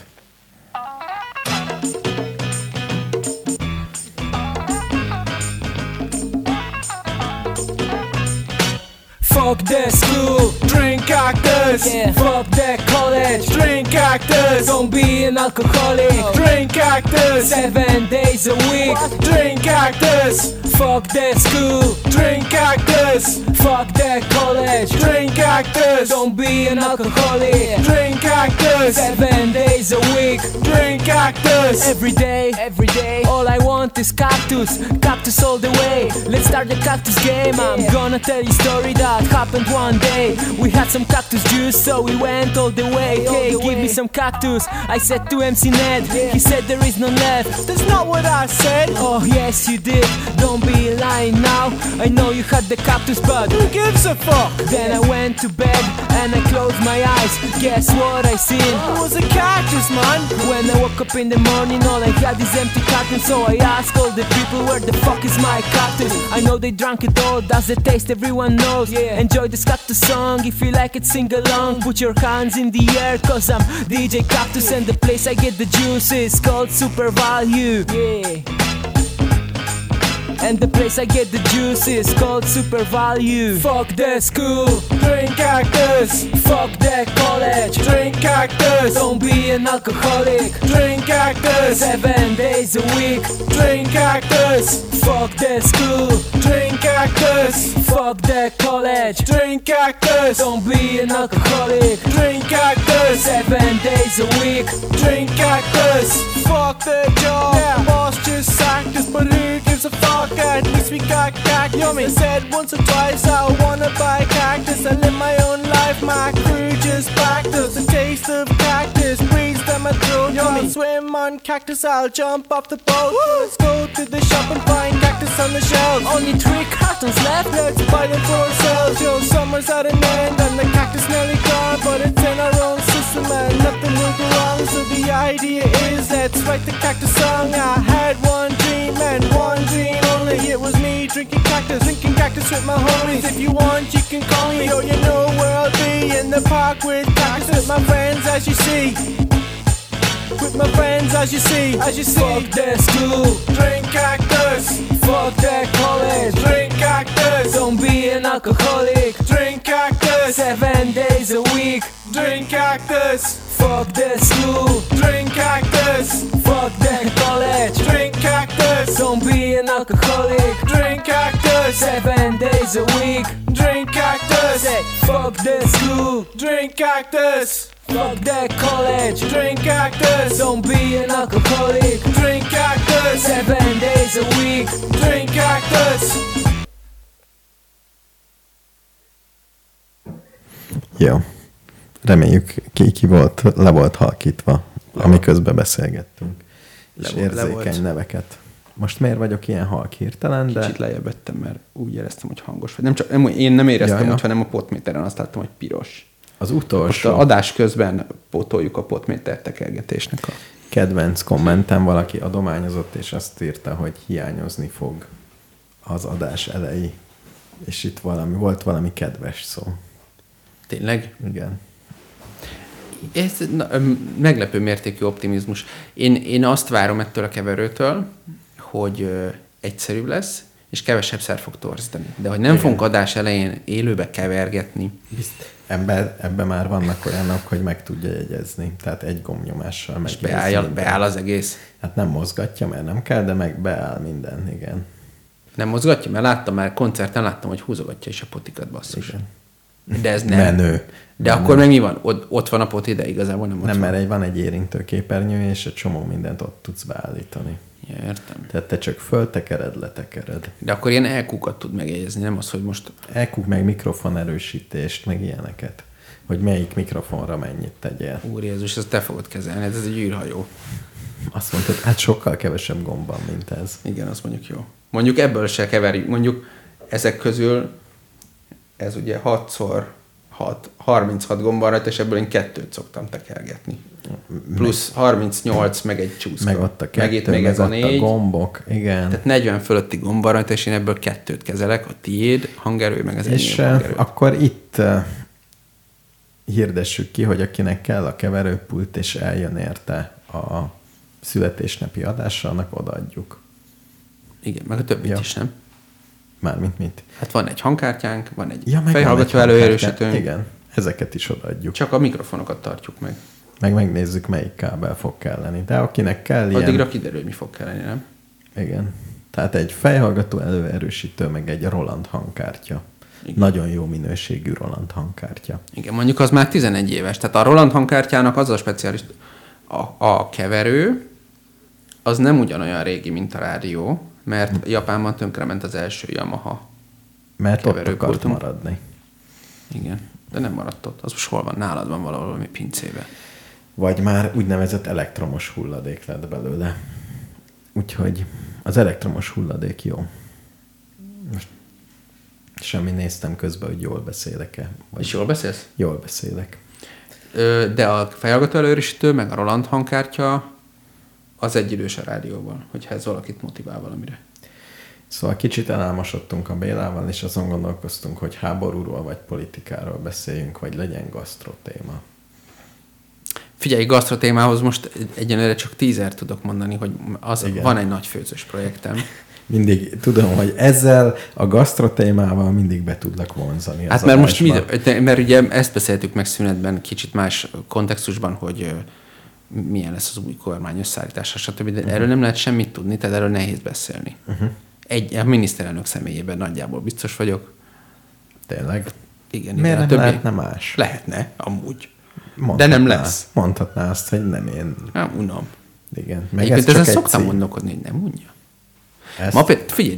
Fuck that school, drink cactus. Yeah. Fuck that college, drink cactus. Don't be an alcoholic, drink cactus. 7 days a week, drink cactus. Fuck that school, drink cactus. Fuck that college, drink cactus. Don't be an alcoholic, drink cactus. 7 days a week, drink cactus. Every day, all I want is cactus, cactus all the way. Let's start the cactus game. I'm gonna tell you a story that happened one day. We had some cactus juice, so we went all the way. Hey, give me some cactus, I said to MC Ned. He said there is none left. That's not what I said. Oh yes you did, don't be lying now. I know you had the cactus, but who gives a fuck? Then I went to bed and I closed my eyes. Guess what I seen? It was a cactus, man. When I woke up in the morning, all I had is empty cactus. So I asked all the people, where the fuck is my cactus? I know they drank it all, that's the taste everyone knows. Enjoy this cactus song, if you like it sing along. Put your hands in the air, cause I'm DJ Cactus. And the place I get the juice is called Super Value. Yeah. And the place I get the juice is called Super Value. Fuck that school, drink cactus. Fuck that college, drink cactus. Don't be an alcoholic, drink cactus. 7 days a week, drink cactus. Fuck that school, drink cactus. Fuck that college, drink cactus. Don't be an alcoholic, drink cactus. 7 days a week, drink cactus. Fuck that job, yeah. Boss just sacked us, but who gives a fuck? At least we got cactus. Yummy. I said once or twice I wanna buy cactus. I live my own life, my crew just backed us. The taste of cactus breathes down my throat. Yummy. I'll swim on cactus, I'll jump off the boat. Woo! Let's go to the shop and find cactus on the shelves. Only 3 cartons left, let's buy them for ourselves. Yo, summer's at an end and the cactus nearly gone, but it's in our own system and nothing will go wrong. So the idea is, let's write the cactus song. I had one dream and one dream only. It was me drinking cactus with my homies. If you want you can call me, or you know where I'll be. In the park with cactus with my friends, as you see. With my friends, as you see. Fuck that school, drink cactus. Fuck that college, drink cactus. Don't be an alcoholic, drink cactus. 7 days a week, drink cactus. Fuck that school, drink cactus. Fuck that college, drink cactus. Don't be an alcoholic, drink cactus. 7 days a week, drink cactus. Fuck that school, drink cactus. Fuck that college, drink cactus. Don't be an alcoholic, drink cactus. 7 days a week, drink cactus. Jó. Reméljük le volt halkítva, amiközben beszélgettünk. És érzékeny neveket. Most miért vagyok ilyen halk hirtelen, de... Kicsit lejjebb vettem, mert úgy éreztem, hogy hangos vagy. Én nem éreztem, hogy hanem a potméteren azt láttam, hogy piros. Az utolsó... Most adás közben pótoljuk a potméter tekergetésnek a... Kedvenc kommentem valaki adományozott, és azt írta, hogy hiányozni fog az adás elejé. És itt volt valami kedves szó. Tényleg? Igen. Ez meglepő mértékű optimizmus. Én azt várom ettől a keverőtől, hogy egyszerűbb lesz, és kevesebbszer fog torzítani. De hogy nem fogunk adás elején élőbe kevergetni. Ebben már vannak olyanok, hogy meg tudja jegyezni. Tehát egy gombnyomással meg. És beáll az egész. Hát nem mozgatja, mert nem kell, de meg beáll minden, igen. Nem mozgatja? Mert láttam koncerten hogy húzogatja is a potikat, basszus. Igen. De ez nem. Menő. De akkor meg mi van? Ott van a poti, de igazából nem ott nem, van. mert van egy érintőképernyő, és egy csomó mindent ott tudsz beállítani. Ja, értem. Tehát te csak föltekered, letekered. De akkor ilyen EQ-kat tud megjegyezni, nem az, hogy most... EQ meg mikrofon erősítést, meg ilyeneket. Hogy melyik mikrofonra mennyit tegyél. Úr Jézus, ezt te fogod kezelni, ez egy űrhajó. Azt mondtad, hát sokkal kevesebb gomb van, mint ez. Igen, az mondjuk jó. Mondjuk ebből se keverjük. Mondjuk ezek közül ez ugye 6x 36 gomb van rajta, és ebből én 2 szoktam tekergetni. Plusz 38, meg egy csúszka. Meg ott a 2, meg ez a ott 4. a gombok, igen. Tehát 40 fölötti gomb van rajta, és én ebből 2 kezelek, a tiéd hangerő, meg az És enyém hangerő. akkor itt hirdessük ki, hogy akinek kell a keverőpult, és eljön érte a születésnapi adásra, annak odaadjuk. Igen, meg a többit is, nem? Mármint mit? Hát van egy hangkártyánk, van egy Ja, meg fejhallgató van egy előerősítőnk. Igen, ezeket is odaadjuk. Csak a mikrofonokat tartjuk meg. Meg megnézzük, melyik kábel fog kelleni. De akinek kell ilyen... Addigra kiderül, hogy mi fog kelleni, nem? Igen. Tehát egy fejhallgató előerősítő, meg egy Roland hangkártya. Igen. Nagyon jó minőségű Roland hangkártya. Igen, mondjuk az már 11 éves. Tehát a Roland hangkártyának az a speciális... A keverő az nem ugyanolyan régi, mint a rádió, mert Japánban tönkrement az első Yamaha Mert ott akart keverőpultunk. maradni. Igen, de nem maradt ott. Az most hol van? Nálad van valahol valami pincébe. Vagy már úgynevezett elektromos hulladék lett belőle. Úgyhogy az elektromos hulladék jó. Most semmi néztem közben, hogy jól beszélek-e. Vagy És jól beszélsz? jól beszélek. De a fejhallgató előerősítő, meg a Roland hangkártya az egy idős a rádióban, hogyha ez valakit motivál valamire. Szóval kicsit elálmosodtunk a Bélával, és azon gondolkoztunk, hogy háborúról vagy politikáról beszéljünk, vagy legyen gasztrotéma. Figyelj, gasztrotémához most egyenlőre csak teaser tudok mondani, hogy Igen. van egy nagy főzős projektem. Mindig tudom, hogy ezzel a gasztrotémával mindig be tudlak vonzani. Hát mert most mert ugye ezt beszéltük meg szünetben kicsit más kontextusban, hogy milyen lesz az új kormány összeállítása, stb. De erről nem lehet semmit tudni, tehát erről nehéz beszélni. A miniszterelnök személyében nagyjából biztos vagyok. Tényleg? Igen, Miért igen, nem lehetne más? Lehetne, amúgy. Mondhatná, de nem lesz. Mondhatná azt, hogy nem én. Nem, unom. Igen. Meg ezen csak egy szoktam cím. gondolkodni, hogy nem mondja. Ezt? Ma például, figyelj,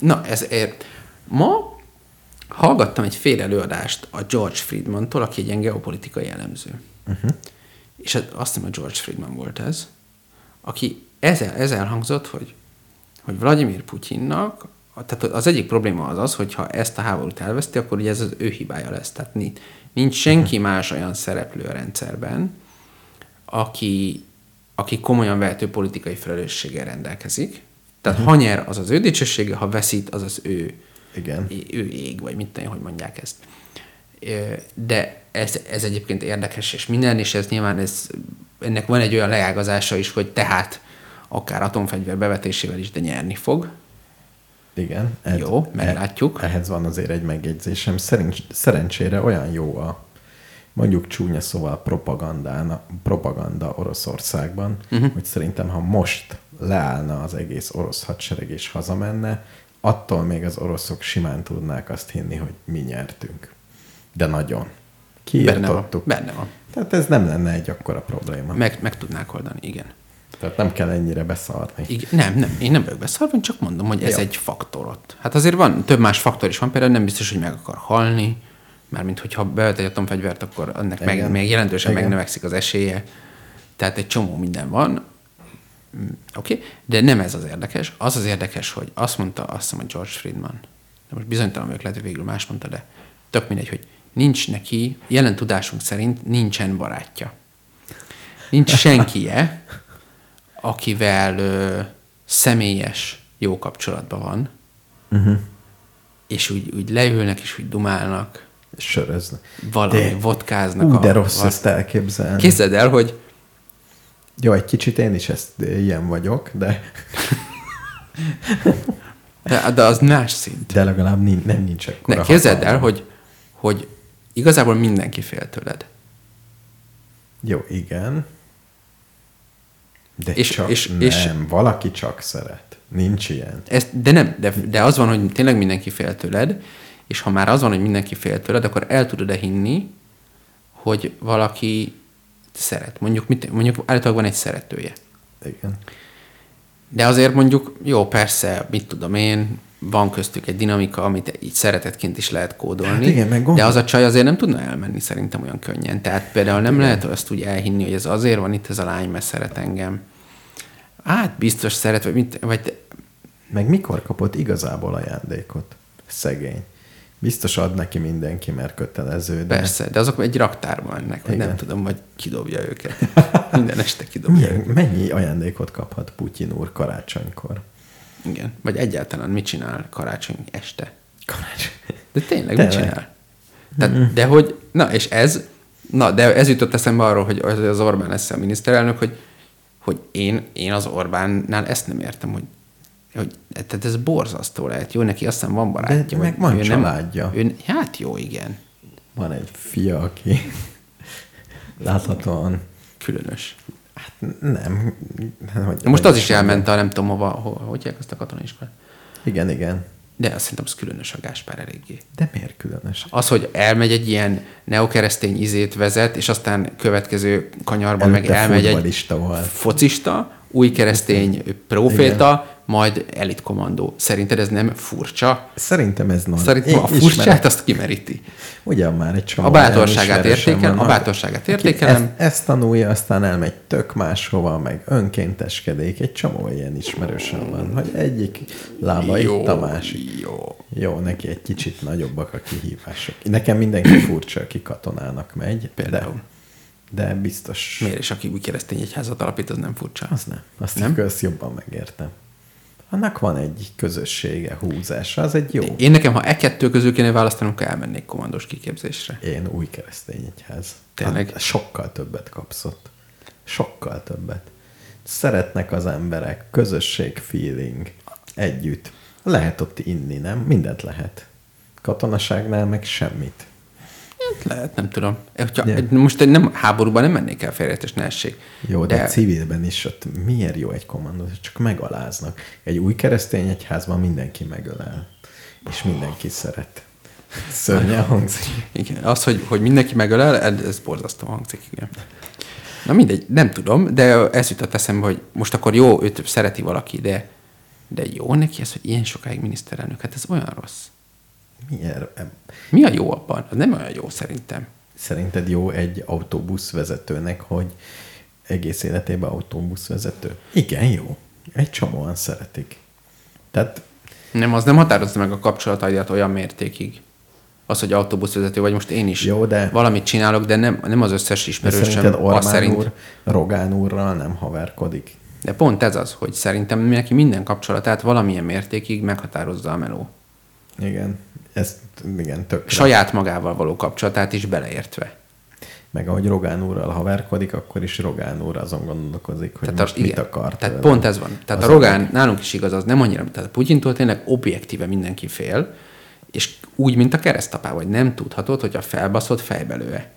ma hallgattam egy fél előadást a George Friedmantól, aki egy ilyen geopolitikai elemző. És azt hiszem, hogy George Friedman volt ez, aki ez elhangzott, hogy Vladimir Putyinnak, tehát az egyik probléma az, hogyha ezt a háborút elveszti, akkor ugye ez az ő hibája lesz. Tehát nincs senki más olyan szereplő a rendszerben, aki komolyan vehető politikai felelősséggel rendelkezik. Tehát ha nyer, az az ő dicsősége, ha veszít, az az ő, Igen. ő ég, vagy mit tudom, hogy mondják ezt. De ez egyébként érdekes, és minden, és ez nyilván ennek van egy olyan leágazása is, hogy tehát akár atomfegyver bevetésével is, de nyerni fog. Igen. Jó, meglátjuk. Ehhez van azért egy megjegyzésem. Szerencsére olyan jó a mondjuk csúnya szóval propaganda Oroszországban, hogy szerintem, ha most leállna az egész orosz hadsereg és hazamenne, attól még az oroszok simán tudnák azt hinni, hogy mi nyertünk. De nagyon. Kiirtottuk. Benne van. Tehát ez nem lenne egy akkora probléma. Meg tudnák oldani, igen. Tehát nem kell ennyire beszarni. Igen, nem, én nem vagyok beszarva, csak mondom, hogy ez egy faktor ott. Hát azért van, több más faktor is van, például nem biztos, hogy meg akar halni, mármint hogyha bevet egy atomfegyvert, akkor annak meg jelentősen megnövekszik az esélye. Tehát egy csomó minden van. Oké? De nem ez az érdekes. Az érdekes, hogy azt mondta, azt hiszem, hogy George Friedman, de most bizonytalan vagyok, lehet, hogy végül más mondta, de tök mindegy, hogy nincs neki, jelen tudásunk szerint nincsen barátja. Nincs senkije, akivel személyes jó kapcsolatban van, és úgy leülnek, és úgy dumálnak, Söröznek. valami vodkáznak. De rossz ezt elképzelni. Képzeld el, hogy Jó, egy kicsit én is ilyen vagyok, de az más szint. de legalább nem nincs ekkora Képzeld el, hatalma. hogy igazából mindenki fél tőled. Jó, igen. De És valaki csak szeret. Nincs ilyen. De az van, hogy tényleg mindenki fél tőled, és ha már az van, hogy mindenki fél tőled, akkor el tudod-e hinni, hogy valaki szeret. Mondjuk állítólag van egy szeretője. Igen. De azért mondjuk, jó, persze, mit tudom én, van köztük egy dinamika, amit így szeretetként is lehet kódolni, Hát igen, de az a csaj azért nem tudna elmenni szerintem olyan könnyen. Tehát például nem lehet azt úgy elhinni, hogy ez azért van itt ez a lány, mert szeret engem. Hát biztos szeret, vagy Meg mikor kapott igazából ajándékot? Szegény. Biztos ad neki mindenki, mert kötelező. De... Persze, de azok egy raktárban mennek, vagy nem tudom, vagy kidobja őket. Minden este kidobja őket. Mennyi ajándékot kaphat Putyin úr karácsonykor? Igen, vagy egyáltalán mit csinál karácsony este? Karácsony. De tényleg mit csinál? Tehát, de hogy, de ez jutott eszembe arról, hogy az Orbán lesz a miniszterelnök, hogy én az Orbánnál ezt nem értem, hogy tehát ez borzasztó lehet. Jó, neki aztán van barátja. De meg van családja. Hát jó, igen. Van egy fia, aki láthatóan... Különös. Hát nem. Most az is elment a nem tudom hova, hogy hívják azt a katonai iskolát. Igen. De azt szerintem az különös a Gáspár eléggé. De miért különös? Az, hogy elmegy egy ilyen neokeresztény izét vezet, és aztán következő kanyarban előtte meg elmegy egy volt. focista, új keresztény proféta, majd elitkommandó. Szerinted ez nem furcsa? Szerintem ez nagy. Szerintem a furcsát azt kimeríti. Ugyan már egy csomó. A bátorságát értékelem. Ezt tanulja, aztán elmegy tök máshova, meg önkénteskedik. Egy csomó ilyen ismerősen van, hogy egyik lába itt, a másik. Jó, neki egy kicsit nagyobbak a kihívások. Nekem mindenki furcsa, aki katonának megy. Például. De biztos. Miért is, aki új keresztény egyházat alapít, az nem furcsa? Az nem. Azt jobban megértem. Annak van egy közössége, húzása, az egy jó. Én nekem, ha kettő közül kéne választanom, akkor elmennék kommandós kiképzésre. Én új keresztény egyház. Tényleg? Sokkal többet kapszott. Sokkal többet. Szeretnek az emberek, közösség, feeling, együtt. Lehet ott inni, nem? Mindent lehet. Katonaságnál meg semmit. Lehet, nem tudom. Most nem háborúban nem mennék el félreértés, ne essék. Jó, de civilben is ott miért jó egy kommandó? Csak megaláznak. Egy új keresztény egyházban mindenki megölel. És mindenki szeret. Szörnyen hangzik. Igen, az, hogy mindenki megölel, ez borzasztó hangzik, igen. Na mindegy, nem tudom, de ez jutott eszembe, hogy most akkor jó, őt szereti valaki, de jó neki ez, hogy ilyen sokáig miniszterelnök, hát ez olyan rossz. Miért? Mi a jó abban? Az nem olyan jó szerintem. Szerinted jó egy autóbuszvezetőnek, hogy egész életében autóbuszvezető? Igen, jó. Egy csomóan szeretik. Tehát... Nem, az nem határozza meg a kapcsolataidat olyan mértékig. Az, hogy autóbuszvezető vagy, most én is jó, de... valamit csinálok, de nem az összes ismerősöm. Szerinted Orbán úr Rogán úrral nem haverkodik? De pont ez az, hogy szerintem neki minden kapcsolatát valamilyen mértékig meghatározza a meló. Igen, tökre. Saját magával való kapcsolatát is beleértve. Meg ahogy Rogán úrral haverkodik, akkor is Rogán úr azon gondolkozik, hogy tehát most mit akar. Tehát pont ez van. Tehát a Rogán nálunk is igaz, az nem annyira, tehát a Putyintól tényleg objektíve mindenki fél, és úgy, mint a keresztapá, vagy nem tudhatod, hogy a felbaszott fejbelőe.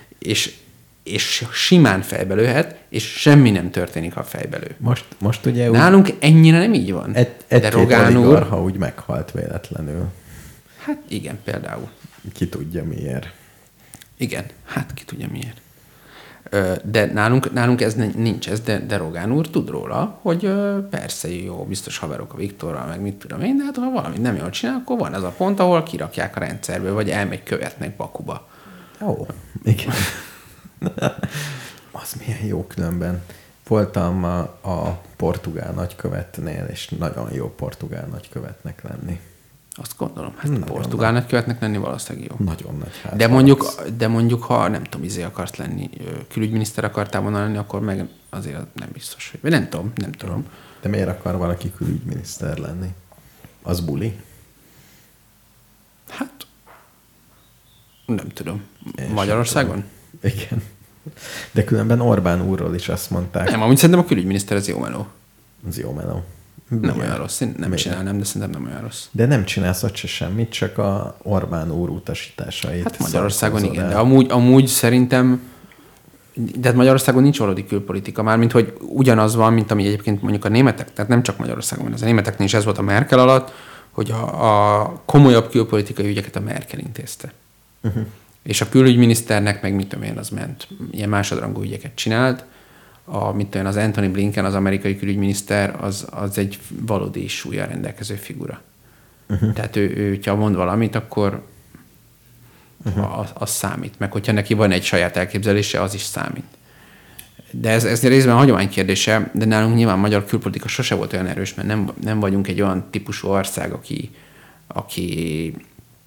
És simán fejbelőhet, és semmi nem történik, ha fejbelő. Most ugye... Nálunk ennyire nem így van. De Rogán úr... ha úgy meghalt véletlenül. Hát igen, például. Ki tudja miért. Igen, hát ki tudja miért. De nálunk ez nincs ez, de Rogán úr tud róla, hogy persze jó, biztos haverok a Viktorral, meg mit tudom én, de hát ha valamit nem jól csinál, akkor van ez a pont, ahol kirakják a rendszerből, vagy elmegy követnek Bakuba. Ó, igen. Az milyen jó különben. Voltam a portugál nagykövetnél, és nagyon jó portugál nagykövetnek lenni. Azt gondolom, hát nagyon portugál nagykövetnek lenni valószínűleg jó. Nagyon nagy hát. De mondjuk, ha nem tudom, akart lenni, külügyminiszter akartál volna lenni, akkor meg azért nem biztos, hogy... Nem tudom. De miért akar valaki külügyminiszter lenni? Az buli? Hát, nem tudom. Magyarországon? Igen. De különben Orbán úrról is azt mondták. Nem, amúgy szerintem a külügyminiszter az jó meló. Az jó meló. Nem olyan rossz. Én nem csinálnám, de szerintem nem olyan rossz. De nem csinálsz ott se semmit, csak a Orbán úr utasításait. Hát Magyarországon igen, de amúgy szerintem, de hát Magyarországon nincs valódi külpolitika, mármint hogy ugyanaz van, mint ami egyébként mondjuk a németek, tehát nem csak Magyarországon van, az a németeknél is ez volt a Merkel alatt, hogy a komolyabb külpolitikai ügyeket a Merkel intézte. Uh-huh. És a külügyminiszternek meg mit tudom én, az ment, ilyen másodrangú ügyeket csinált, az Anthony Blinken, az amerikai külügyminiszter, az egy valódi súllyal rendelkező figura. Uh-huh. Tehát ő, ha mond valamit, akkor az számít. Meg hogyha neki van egy saját elképzelése, az is számít. De ez részben hagyomány kérdése, de nálunk nyilván magyar külpolitika sose volt olyan erős, mert nem vagyunk egy olyan típusú ország, aki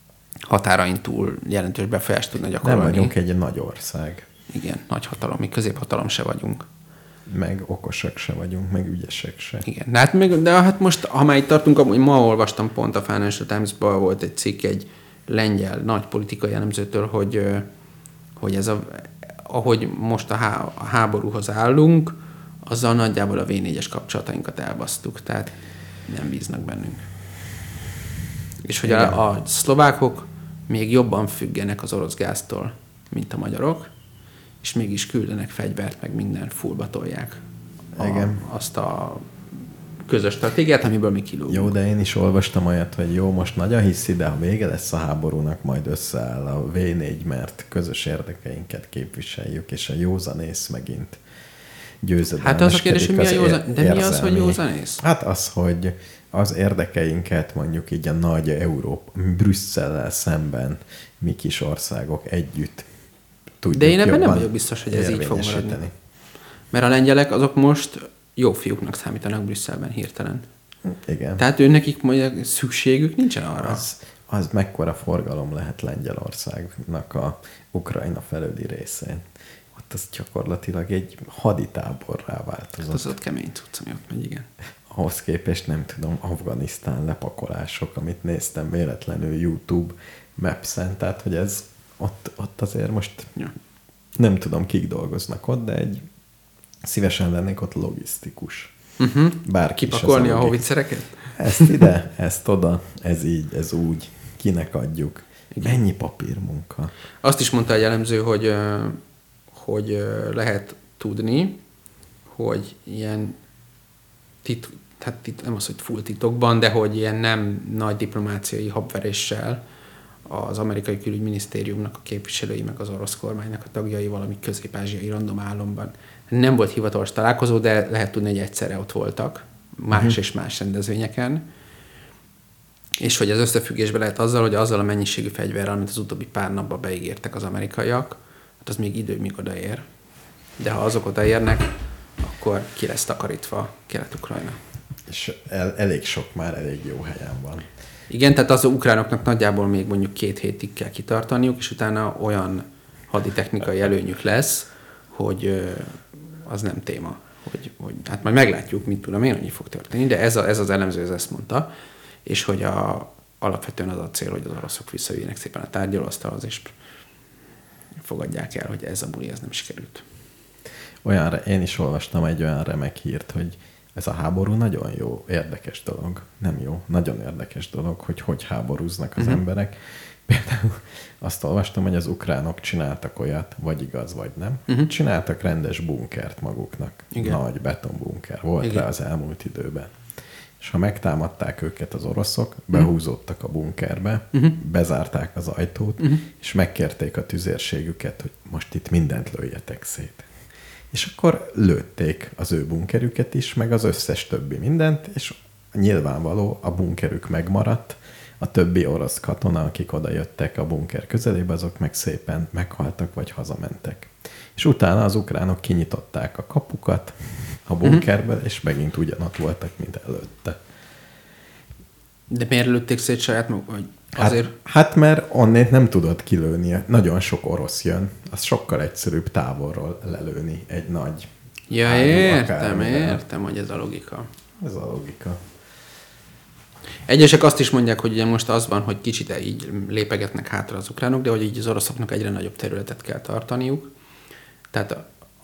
határain túl jelentős befolyást tudna gyakorolni. Nem vagyunk egy nagy ország. Igen, nagy hatalom, mi középhatalom se vagyunk. Meg okosak se vagyunk, meg ügyesek se. Igen, de most, ha már itt tartunk, amúgy ma olvastam pont a Financial Times-ban volt egy cikk egy lengyel nagy politikai elemzőtől, hogy ez ahogy most a háborúhoz állunk, azzal nagyjából a V4-es kapcsolatainkat elbasztuk, tehát nem bíznak bennünk. És hogy a szlovákok még jobban függenek az orosz gáztól, mint a magyarok, és mégis küldenek fegyvert, meg minden fullba tolják azt a közös stratégiát, amiből mi kilógunk. Jó, de én is olvastam olyat, hogy jó, most nagy a hiszi, de ha vége lesz a háborúnak, majd összeáll a V4, mert közös érdekeinket képviseljük, és a józanész megint győzedelmeskedik. Hát az a kérdés, hogy mi a józanész? De mi az, hogy józanész? Hát az, hogy az érdekeinket mondjuk így a nagy Európa, Brüsszellel szemben mi kis országok együtt tudjuk. De én ebben nem vagyok biztos, hogy ez így fog maradni. Mert a lengyelek azok most jó fiúknak számítanak Brüsszelben hirtelen. Igen. Tehát nekik mondjuk szükségük nincsen arra. Az mekkora forgalom lehet Lengyelországnak a Ukrajna felőli részén. Ott az gyakorlatilag egy haditáborrá változott. Hát az ott kemény cucc, ami ott megy, igen. Ahhoz képest nem tudom, Afganisztán lepakolások, amit néztem véletlenül YouTube Maps-en, tehát hogy ez ott azért most nem tudom, kik dolgoznak ott, de szívesen lennék ott logisztikus. Bárki kipakolni a hovicszereket? Ezt ide, ezt oda, ez így, ez úgy, kinek adjuk. Igen. Mennyi papírmunka. Azt is mondta egy elemző, hogy lehet tudni, hogy ilyen nem az, hogy full titokban, de hogy ilyen nem nagy diplomáciai habveréssel az amerikai külügyminisztériumnak a képviselői, meg az orosz kormánynak a tagjai valami közép-ázsiai random államban. Nem volt hivatalos találkozó, de lehet tudni, hogy egyszerre ott voltak, más és más rendezvényeken. És hogy az összefüggésben lehet azzal, hogy azzal a mennyiségű fegyverrel, amit az utóbbi pár napban beígértek az amerikaiak, hát az még idő, míg odaér. De ha azok odaérnek, akkor ki lesz takarítva Kelet-Ukrajna. És elég sok már, elég jó helyen van. Igen, tehát az ukránoknak nagyjából még mondjuk 2 hétig kell kitartaniuk, és utána olyan haditechnikai előnyük lesz, hogy az nem téma. Hogy hát majd meglátjuk, mit tudom én, annyi fog történni, de ez az elemző ezt mondta, és hogy alapvetően az a cél, hogy az oroszok visszajöjjenek szépen a tárgyalóasztalhoz, és fogadják el, hogy ez a buli, ez nem sikerült. Én is olvastam egy olyan remek hírt, hogy ez a háború nagyon jó, érdekes dolog. Nem jó, nagyon érdekes dolog, hogy háborúznak az emberek. Például azt olvastam, hogy az ukránok csináltak olyat, vagy igaz, vagy nem. Csináltak rendes bunkert maguknak. Igen. Nagy betonbunker volt rá az elmúlt időben. És ha megtámadták őket az oroszok, behúzódtak a bunkerbe, bezárták az ajtót, és megkérték a tüzérségüket, hogy most itt mindent lőjetek szét. És akkor lőtték az ő bunkerüket is, meg az összes többi mindent, és nyilvánvaló a bunkerük megmaradt, a többi orosz katona, akik oda jöttek a bunker közelébe, azok meg szépen meghaltak, vagy hazamentek. És utána az ukránok kinyitották a kapukat a bunkerből, és megint ugyanott voltak, mint előtte. De miért lőtték szét saját maguk? Azért? Hát mert onnét nem tudod kilőni. Nagyon sok orosz jön. Az sokkal egyszerűbb távolról lelőni egy nagy... Ja, értem, hogy ez a logika. Ez a logika. Egyesek azt is mondják, hogy ugye most az van, hogy kicsit így lépegetnek hátra az ukránok, de hogy így az oroszoknak egyre nagyobb területet kell tartaniuk. Tehát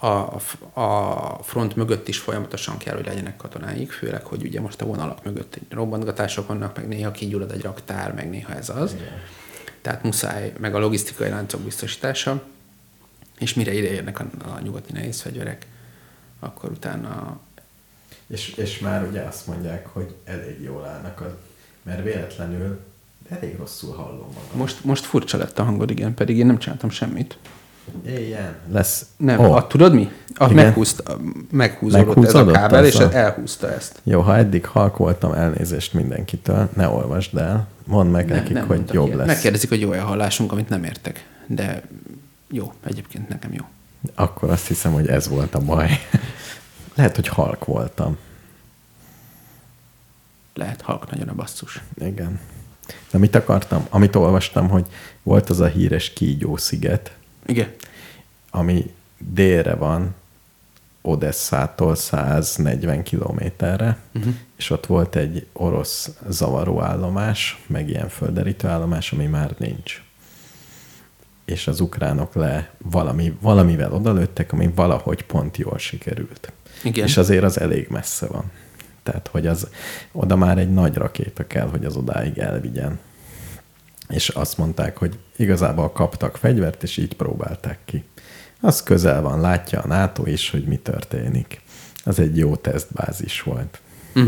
a front mögött is folyamatosan kell, hogy legyenek katonáik, főleg, hogy ugye most a vonalak mögött robbantgatások vannak, meg néha kigyullad egy raktár, meg néha ez az. Igen. Tehát muszáj, meg a logisztikai láncok biztosítása, és mire ide érnek a nyugati nehéz fegyverek, akkor utána... És már ugye azt mondják, hogy elég jól állnak, mert véletlenül elég rosszul hallom magam. Most furcsa lett a hangod, igen, pedig én nem csináltam semmit. Ilyen. Lesz. Nem, tudod mi? Meghúzódott ez a kábel, és elhúzta ezt. Jó, ha eddig halk voltam, elnézést mindenkitől, ne olvasd el, mondd meg nekik, hogy jobb ilyet. lesz. Megkérdezik, hogy jó-e a hallásunk, amit nem értek, de jó, egyébként nekem jó. Akkor azt hiszem, hogy ez volt a baj. Lehet, hogy halk voltam. Lehet, halk nagyon a basszus. Igen. Amit akartam, amit olvastam, hogy volt az a híres Kígyó-sziget, Igen. ami délre van Odesszától 140 kilométerre, és ott volt egy orosz zavaróállomás, meg ilyen földerítő állomás, ami már nincs. És az ukránok valamivel odalőttek, ami valahogy pont jól sikerült. Igen. És azért az elég messze van. Tehát, hogy oda már egy nagy rakéta kell, hogy az odáig elvigyen. És azt mondták, hogy igazából kaptak fegyvert, és így próbálták ki. Az közel van, látja a NATO is, hogy mi történik. Az egy jó tesztbázis volt.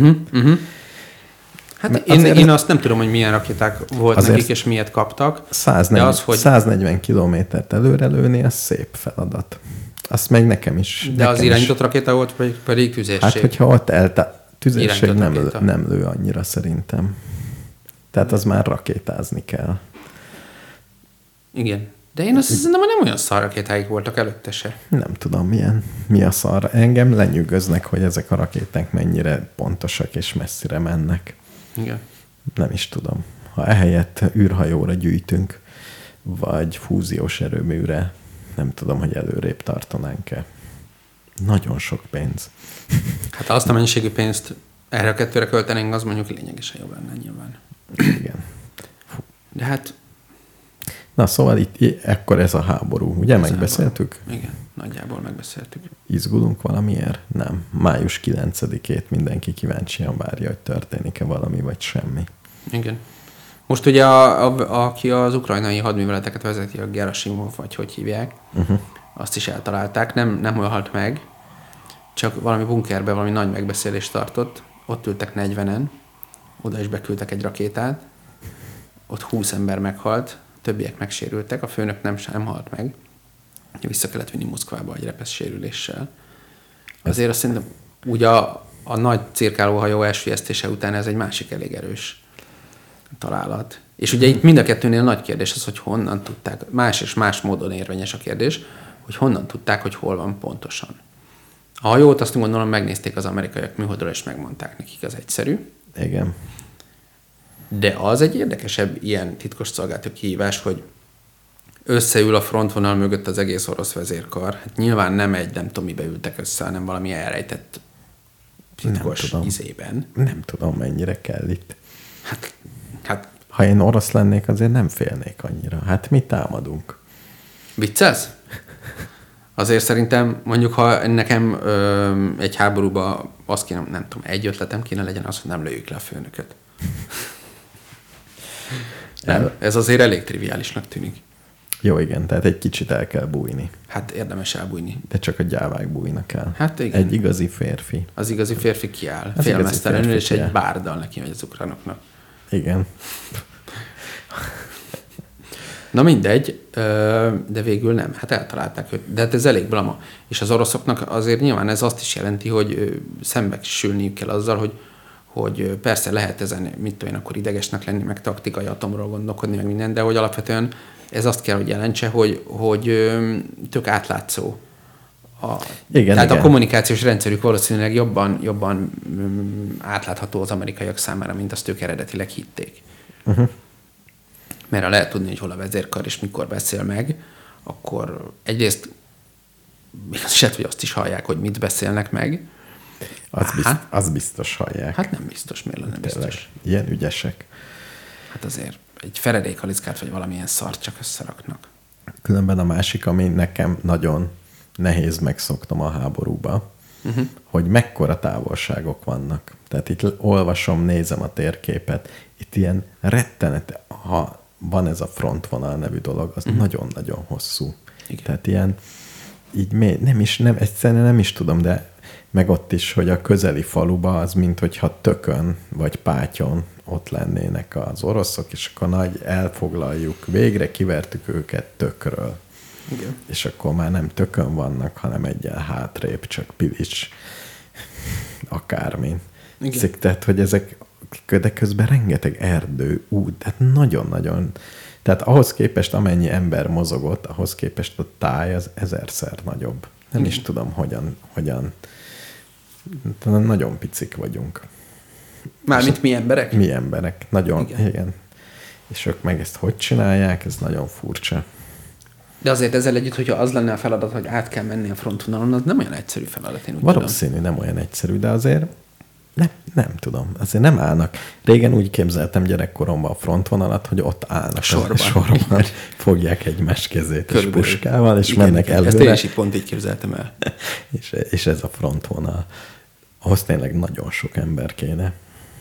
Hát én azt nem tudom, hogy milyen rakéták volt nekik, és miért kaptak. 140 kilométert előre lőni, az szép feladat. Azt meg nekem is. De az irányított rakéta volt, pedig tüzérség. Hát, hogyha ott tüzérség nem lő annyira szerintem. Tehát az már rakétázni kell. Igen. De én azt hiszem, hogy nem olyan szar rakétáik voltak előtte se. Nem tudom, mi a szar. Engem lenyűgöznek, hogy ezek a rakéták mennyire pontosak és messzire mennek. Igen. Nem is tudom. Ha ehelyett űrhajóra gyűjtünk, vagy fúziós erőműre, nem tudom, hogy előrébb tartanánk-e. Nagyon sok pénz. Hát ha azt a mennyiségű pénzt erre a kettőre költenénk, az mondjuk lényegesen jobb lenne nyilván. Igen. De hát... Na, szóval itt ekkor ez a háború. Ugye megbeszéltük? Igen, nagyjából megbeszéltük. Izgulunk valamiért? Nem. Május 9-ét mindenki kíváncsian várja, hogy történik-e valami, vagy semmi. Igen. Most ugye aki az ukrajnai hadműveleteket vezeti, a Gerasimov, vagy hogy hívják, azt is eltalálták. Nem halt meg, csak valami bunkerbe valami nagy megbeszélést tartott. Ott ültek 40-en, oda is beküldtek egy rakétát, ott 20 ember meghalt, többiek megsérültek, a főnök nem halt meg. Vissza kellett vinni Moszkvába egy repesz sérüléssel. Azért azt szerintem úgy a nagy cirkálóhajó elsüllyesztése után ez egy másik elég erős találat. És ugye itt mind a kettőnél nagy kérdés az, hogy honnan tudták, más és más módon érvényes a kérdés, hogy honnan tudták, hogy hol van pontosan. A hajót azt gondolom megnézték az amerikaiak műholdról, és megmondták nekik, az egyszerű. Igen. De az egy érdekesebb ilyen titkos szolgálati kihívás, hogy összeül a frontvonal mögött az egész orosz vezérkar. Hát nyilván nem tudom, mibe ültek össze, hanem valami elrejtett titkos izében. Nem tudom, mennyire kell itt. Hát ha én orosz lennék, azért nem félnék annyira. Hát mi támadunk? Viccelsz? Azért szerintem, mondjuk, ha nekem egy háborúba azt kéne, nem tudom, egy ötletem kéne legyen az, hogy nem lőjük le a főnököt. Nem, ez azért elég triviálisnak tűnik. Jó, igen, tehát egy kicsit el kell bújni. Hát érdemes elbújni. De csak a gyávák bújnak el. Hát igen. Egy igazi férfi. Az igazi férfi kiáll. Félmeztelenül, és egy bárdal neki megy az ukránoknak. Igen. Na mindegy, de végül nem. Hát eltalálták őt. De hát ez elég blama. És az oroszoknak azért nyilván ez azt is jelenti, hogy szembesülniük kell azzal, hogy persze lehet ezen, mit tudom én, akkor idegesnek lenni, meg taktikai atomról gondolkodni, meg minden, de hogy alapvetően ez azt kell, hogy jelentse, hogy tök átlátszó. Tehát a kommunikációs rendszerük valószínűleg jobban átlátható az amerikaiak számára, mint azt ők eredetileg hitték. Mert ha lehet tudni, hogy hol a vezérkar és mikor beszél meg, akkor egyrészt se, hogy azt is hallják, hogy mit beszélnek meg. Az biztos hallják. Hát nem biztos, miért lenne biztos. Ilyen ügyesek. Hát azért egy feredékhalickát vagy valamilyen szart csak összeraknak. Különben a másik, ami nekem nagyon nehéz megszoknom a háborúba, hogy mekkora távolságok vannak. Tehát itt olvasom, nézem a térképet, itt ilyen rettenet, ha van ez a frontvonal nevű dolog, az nagyon-nagyon hosszú. Igen. Tehát ilyen, így egyszerűen nem is tudom, de meg ott is, hogy a közeli faluba az, mint hogyha Tökön vagy Pátyon ott lennének az oroszok, és akkor nagy elfoglaljuk, végre kivertük őket Tökről. Igen. És akkor már nem Tökön vannak, hanem egyen hátrébb, csak Pilics, akármin. Tehát, hogy ezek, de közben rengeteg erdő, út, tehát nagyon-nagyon, tehát ahhoz képest, amennyi ember mozogott, ahhoz képest a táj az 1000-szer nagyobb. Nem is tudom, hogyan nagyon picik vagyunk. Mármint mi emberek? Mi emberek, nagyon, igen. És ők meg ezt hogy csinálják, ez nagyon furcsa. De azért ezzel együtt, hogyha az lenne a feladat, hogy át kell menni a frontvonalon, az nem olyan egyszerű feladat, én úgy Valószínű, nem olyan egyszerű, de azért nem tudom. Azért nem állnak. Régen úgy képzeltem gyerekkoromban a frontvonalat, hogy ott állnak sorban fogják egymás kezét körülbelül. És puskával, és igen, mennek előre. Ezt én is pont így képzeltem el. és ez a frontvonal. Ahhoz tényleg nagyon sok ember kéne.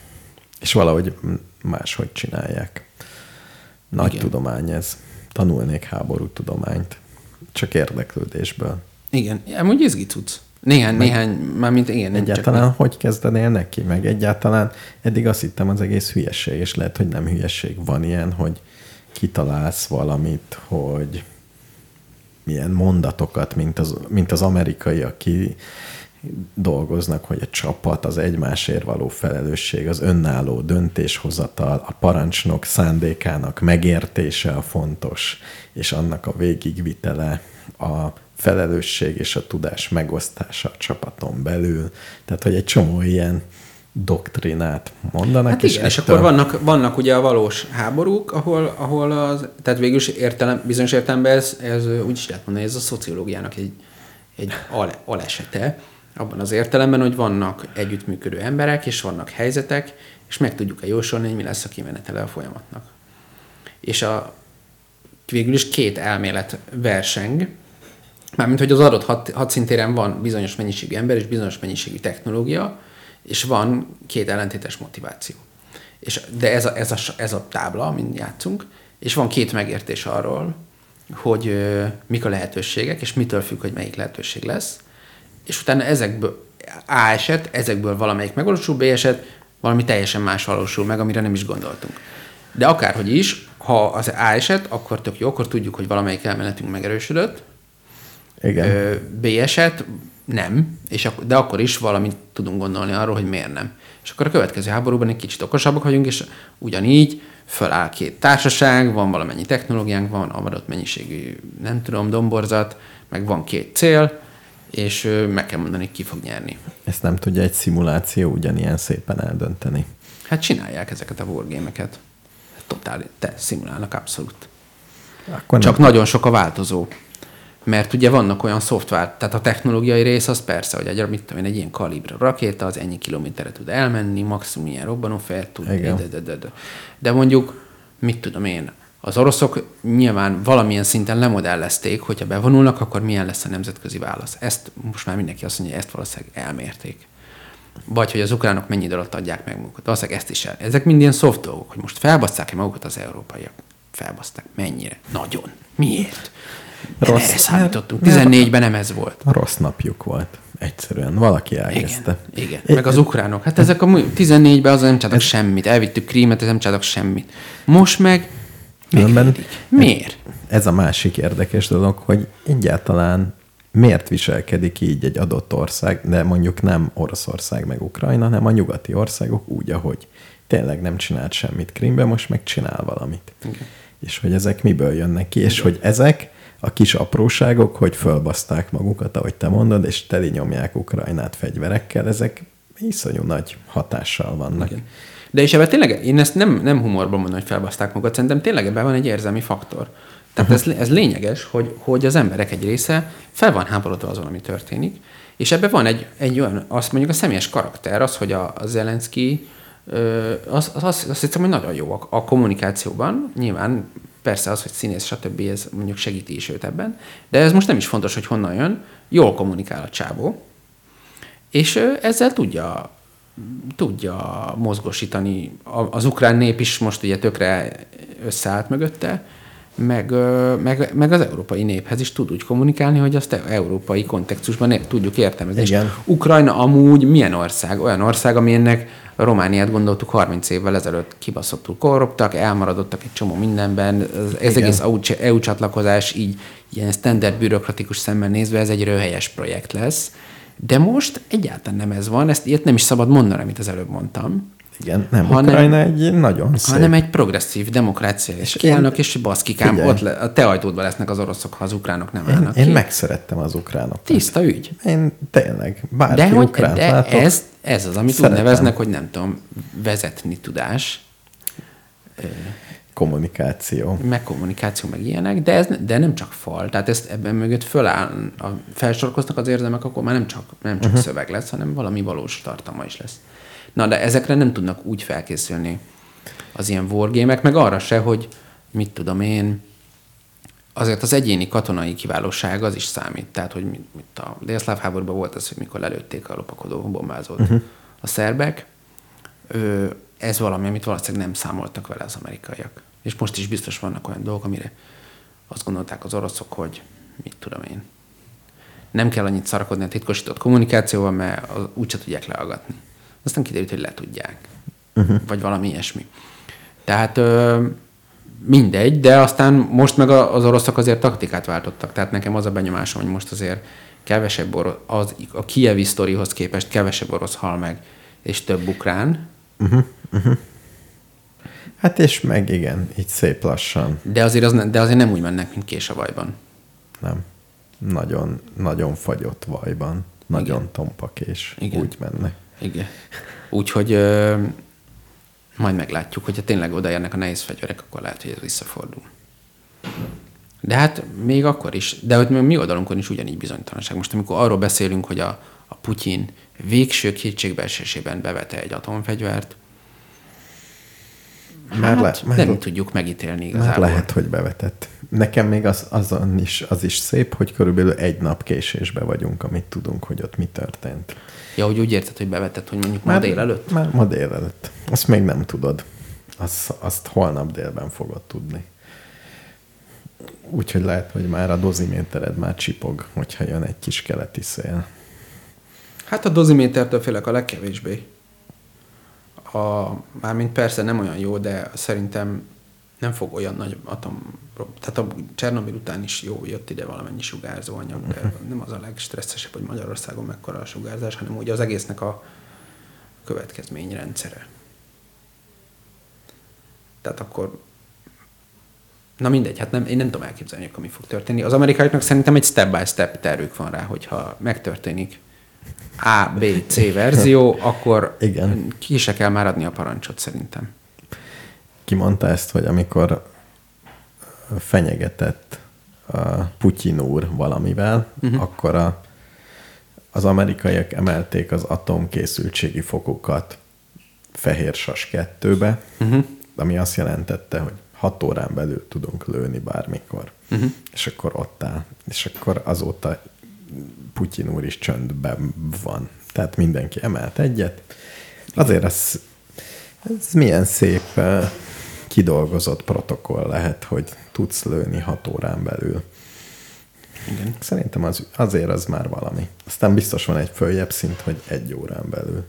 És valahogy máshogy csinálják. Nagy tudomány ez. Tanulnék háborútudományt. Csak érdeklődésből. Igen, amúgy izgi tudsz. Néhány, mármint igen. Egyáltalán hogy kezdenél neki? Meg egyáltalán eddig azt hittem az egész hülyeség, és lehet, hogy nem hülyeség. Van ilyen, hogy kitalálsz valamit, hogy milyen mondatokat, mint az amerikaiak ki dolgoznak, hogy a csapat, az egymásért való felelősség, az önálló döntéshozatal, a parancsnok szándékának megértése a fontos, és annak a végigvitele, a felelősség és a tudás megosztása a csapaton belül. Tehát, hogy egy csomó ilyen doktrinát mondanak. Hát igen, és akkor vannak ugye a valós háborúk, ahol tehát végül is bizonyos értelemben ez úgy is lehet mondani, ez a szociológiának egy alesete, abban az értelemben, hogy vannak együttműködő emberek, és vannak helyzetek, és meg tudjuk jósolni, hogy mi lesz a kimenetele a folyamatnak. És végül is két elmélet verseng, mármint, hogy az adott hadszintéren van bizonyos mennyiségű ember és bizonyos mennyiségű technológia, és van két ellentétes motiváció. De ez a tábla, amin játszunk, és van két megértés arról, hogy mik a lehetőségek, és mitől függ, hogy melyik lehetőség lesz, és utána ezekből A eset, ezekből valamelyik megvalósul, B eset, valami teljesen más valósul meg, amire nem is gondoltunk. De akárhogy is, ha az A eset, akkor tök jó, akkor tudjuk, hogy valamelyik elméletünk megerősödött. Igen. B eset nem, de akkor is valamit tudunk gondolni arról, hogy miért nem. És akkor a következő háborúban egy kicsit okosabbak vagyunk, és ugyanígy föláll két társaság, van valamennyi technológiánk, van adott mennyiségű, nem tudom, domborzat, meg van két cél, és meg kell mondani, ki fog nyerni. Ezt nem tudja egy szimuláció ugyanilyen szépen eldönteni. Hát csinálják ezeket a wargame-eket. Totál, szimulálnak abszolút. Akkor csak nagyon sok a változó. Mert ugye vannak olyan szoftver, tehát a technológiai rész az persze, hogy egy ilyen kalibre rakéta, az ennyi kilométerre tud elmenni, maximum ilyen robbanófejt tud. De mondjuk, mit tudom én, az oroszok nyilván valamilyen szinten lemodellezték, hogyha bevonulnak, akkor milyen lesz a nemzetközi válasz. Ezt most már mindenki azt mondja, hogy ezt valószínűleg elmérték. Vagy hogy az ukránok mennyi idő alatt adják meg magukat. Valószínűleg ezt is Ezek mind ilyen szoft dolgok, hogy most felbaszták-e magukat az európaiak. Felbaszták. Mennyire? Nagyon. Miért? Erre számítottunk. 14-ben nem ez volt. A rossz napjuk volt. Egyszerűen. Valaki elkezdte. Igen. Meg az ukránok. Hát ezek a 14-ben az nem csináltak semmit. Elvittük Krímet, ez nem csináltak semmit. Most meg miért? Ez a másik érdekes dolog, hogy egyáltalán miért viselkedik így egy adott ország, de mondjuk nem Oroszország meg Ukrajna, hanem a nyugati országok úgy, ahogy tényleg nem csinált semmit Krímben, most meg csinál valamit. Okay. És hogy ezek miből jönnek ki, és hogy ezek a kis apróságok, hogy fölbaszták magukat, ahogy te mondod, és teli nyomják Ukrajnát fegyverekkel, ezek iszonyú nagy hatással vannak. Igen. De és ebben tényleg, én ezt nem humorban mondom, hogy felbaszták magukat, szerintem tényleg ebben van egy érzelmi faktor. Tehát ez lényeges, hogy az emberek egy része fel van háborodva azon, ami történik, és ebben van egy olyan, azt mondjuk a személyes karakter, az, hogy a Zelenszky, azt hiszem, hogy nagyon jó a kommunikációban, nyilván persze az, hogy színész, stb. Ez mondjuk segíti is őt ebben, de ez most nem is fontos, hogy honnan jön, jól kommunikál a csávó, és ezzel tudja mozgósítani. Az ukrán nép is most ugye tökre összeállt mögötte, meg az európai néphez is tud úgy kommunikálni, hogy azt európai kontextusban tudjuk értelmezni. Igen. Ukrajna amúgy milyen ország? Olyan ország, amilyennek a Romániát gondoltuk 30 évvel ezelőtt kibaszottul korruptak, elmaradottak egy csomó mindenben. Ez egész EU csatlakozás így ilyen standard bürokratikus szemmel nézve, ez egy röhelyes projekt lesz. De most egyáltalán nem ez van, ilyet nem is szabad mondani, amit az előbb mondtam. Igen, Ukrajna egy nagyon szép. Hanem egy progresszív demokrácia, és elnök, és baszkikám, ott a te ajtódban lesznek az oroszok, ha az ukránok nem állnak ki. Én megszerettem az ukránokat. Tiszta ügy. Én tényleg, bárki ukrán látok. Ez az, amit úgy neveznek, hogy nem tudom, vezetni tudás. kommunikáció. Meg kommunikáció, meg ilyenek, de nem csak fal. Tehát ebben mögött föláll, felsorkoznak az érzelmek, akkor már nem csak szöveg lesz, hanem valami valós tartalma is lesz. Na, de ezekre nem tudnak úgy felkészülni az ilyen wargame-ek, meg arra se, hogy mit tudom én, azért az egyéni katonai kiválóság az is számít. Tehát, hogy mit a délszláv háborúban volt az, hogy mikor lelőtték a lopakodó bombázót a szerbek, ez valami, amit valószínűleg nem számoltak vele az amerikaiak. És most is biztos vannak olyan dolgok, amire azt gondolták az oroszok, hogy mit tudom én. Nem kell annyit szarakodni a titkosított kommunikációval, mert úgyse tudják lehallgatni. Aztán kiderült, hogy le tudják. Vagy valami ilyesmi. Tehát mindegy, de aztán most meg az oroszok azért taktikát váltottak. Tehát nekem az a benyomásom, hogy most azért kevesebb a kijevi sztorihoz képest kevesebb orosz hal meg, és több ukrán. Hát és meg igen, így szép lassan. De azért nem úgy mennek, mint Késavajban. Nem. Nagyon, nagyon fagyott vajban. Nagyon tompakés. Úgy mennek. Igen. Úgyhogy majd meglátjuk, hogyha tényleg odaérnek a nehéz fegyverek, akkor lehet, hogy ez visszafordul. De hát még akkor is, de hogy mi oldalunkon is ugyanígy bizonytalanság. Most amikor arról beszélünk, hogy a Putyin végső kétségbeesésében bevete egy atomfegyvert, nem tudjuk megítélni igazából. Már lehet, hogy bevetett. Nekem még az is szép, hogy körülbelül egy nap késésbe vagyunk, amit tudunk, hogy ott mi történt. Ja, hogy úgy érted, hogy bevetett, hogy mondjuk ma délelőtt? Már ma délelőtt. Azt még nem tudod. Azt holnap délben fogod tudni. Úgyhogy lehet, hogy már a dozimétered már csipog, hogyha jön egy kis keleti szél. Hát a dozimétertől félek a legkevésbé. Mármint persze nem olyan jó, de szerintem nem fog olyan nagy tehát a Csernobil után is jó jött ide valamennyi sugárzó anyag, de nem az a legstresszesebb, hogy Magyarországon mekkora a sugárzás, hanem ugye az egésznek a következményrendszere. Tehát akkor na mindegy, hát én nem tudom elképzelni, akkor mi fog történni. Az amerikaiaknak szerintem egy step-by-step tervük van rá, hogyha megtörténik A, B, C verzió, akkor igen. Ki se kell már adni a parancsot szerintem. Ki mondta ezt, hogy amikor fenyegetett a Putyin úr valamivel, akkor az amerikaiak emelték az atomkészültségi fokokat Fehér Sas 2-be, ami azt jelentette, hogy 6 órán belül tudunk lőni bármikor. És akkor ott áll. És akkor azóta Putyin úr is csöndben van. Tehát mindenki emelt egyet. Azért ez milyen szép kidolgozott protokoll lehet, hogy tudsz lőni 6 órán belül. Igen. Szerintem azért az már valami. Aztán biztos van egy följebb szint, hogy 1 órán belül.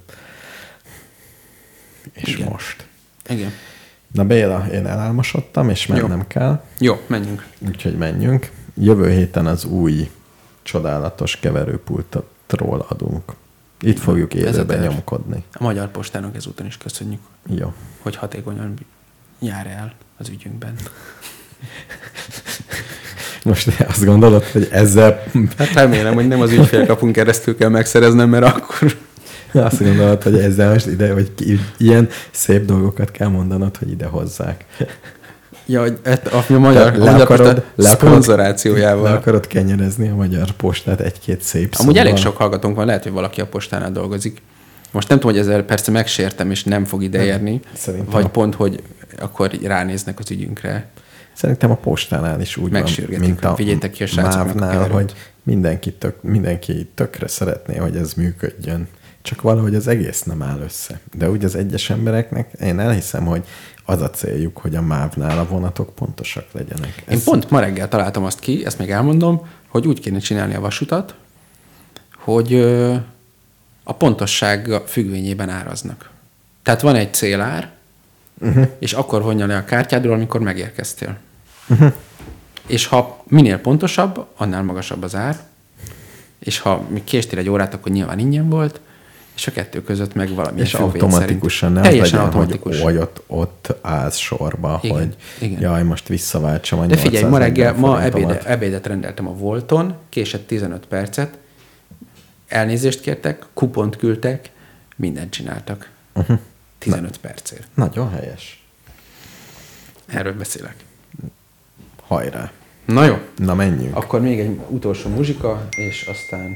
És igen. most. Igen. Na Béla, én elálmosodtam, és mennem kell. Jó, menjünk. Úgyhogy menjünk. Jövő héten az új csodálatos keverőpultról adunk. Itt fogjuk élőben nyomkodni. A Magyar Postának ezúton is köszönjük, jó, hogy hatékonyan jár el az ügyünkben. Most azt gondolod, hogy ezzel... Hát remélem, hogy nem az ügyfélkapunk keresztül kell megszereznem, mert akkor... Azt gondolod, hogy ezzel most ide, hogy ilyen szép dolgokat kell mondanod, hogy ide hozzák. Ja, hogy a Magyar Posta szponzorációjával. Le akarod kenyerezni a Magyar Postát egy-két szép szóval. Amúgy elég sok hallgatónk van, lehet, hogy valaki a postánál dolgozik. Most nem tudom, hogy ezzel persze megsértem, és nem fog ideérni, vagy pont, hogy akkor ránéznek az ügyünkre. Szerintem a postánál is úgy van, mint a MÁV-nál, hogy mindenki tökre szeretné, hogy ez működjön. Csak valahogy az egész nem áll össze. De úgy az egyes embereknek, én elhiszem, hogy az a céljuk, hogy a MÁV-nál a vonatok pontosak legyenek. Én pont ma reggel találtam azt ki, ezt még elmondom, hogy úgy kéne csinálni a vasutat, hogy a pontosság függvényében áraznak. Tehát van egy célár, és akkor vonja le a kártyádról, amikor megérkeztél. És ha minél pontosabb, annál magasabb az ár, és ha még késtél egy órát, akkor nyilván ingyen volt, és a kettő között meg valami. És automatikusan nem legyen, automatikus. Hogy ott állsz sorba, igen, hogy igen. Jaj, most visszaváltsam a 800. De figyelj, ma reggel, ebédet rendeltem a Volton, késett 15 percet, elnézést kértek, kupont küldtek, mindent csináltak. 15 percért. Nagyon helyes. Erről beszélek. Hajrá. Na jó. Na menjünk. Akkor még egy utolsó muzsika, és aztán...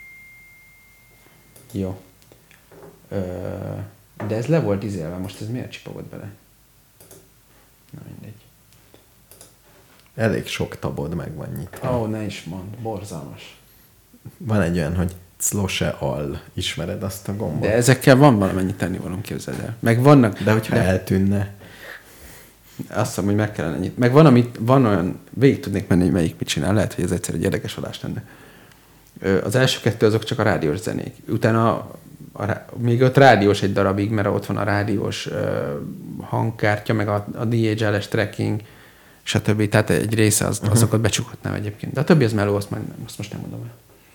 Jó. De ez le volt izélve, most ez miért csipogott bele? Na mindegy. Elég sok tabod meg van nyitva. Ne is mond, borzalmas. Van egy olyan, hogy Close All. Ismered azt a gombot? De ezekkel van valamennyi tennivalóm, képzeld el. Meg vannak... De hogyha eltűnne... Azt hiszem, hogy meg kellene nyitni. Meg van olyan... Végig tudnék menni, hogy melyik mit csinál. Lehet, hogy ez egyszer egy érdekes adás lenne. Az első kettő azok csak a rádiós zenék. Utána még ott rádiós egy darabig, mert ott van a rádiós hangkártya, meg a DHL-es tracking, stb. Tehát egy része azokat becsukhatnám egyébként. De a többi az meló, azt most nem mondom el.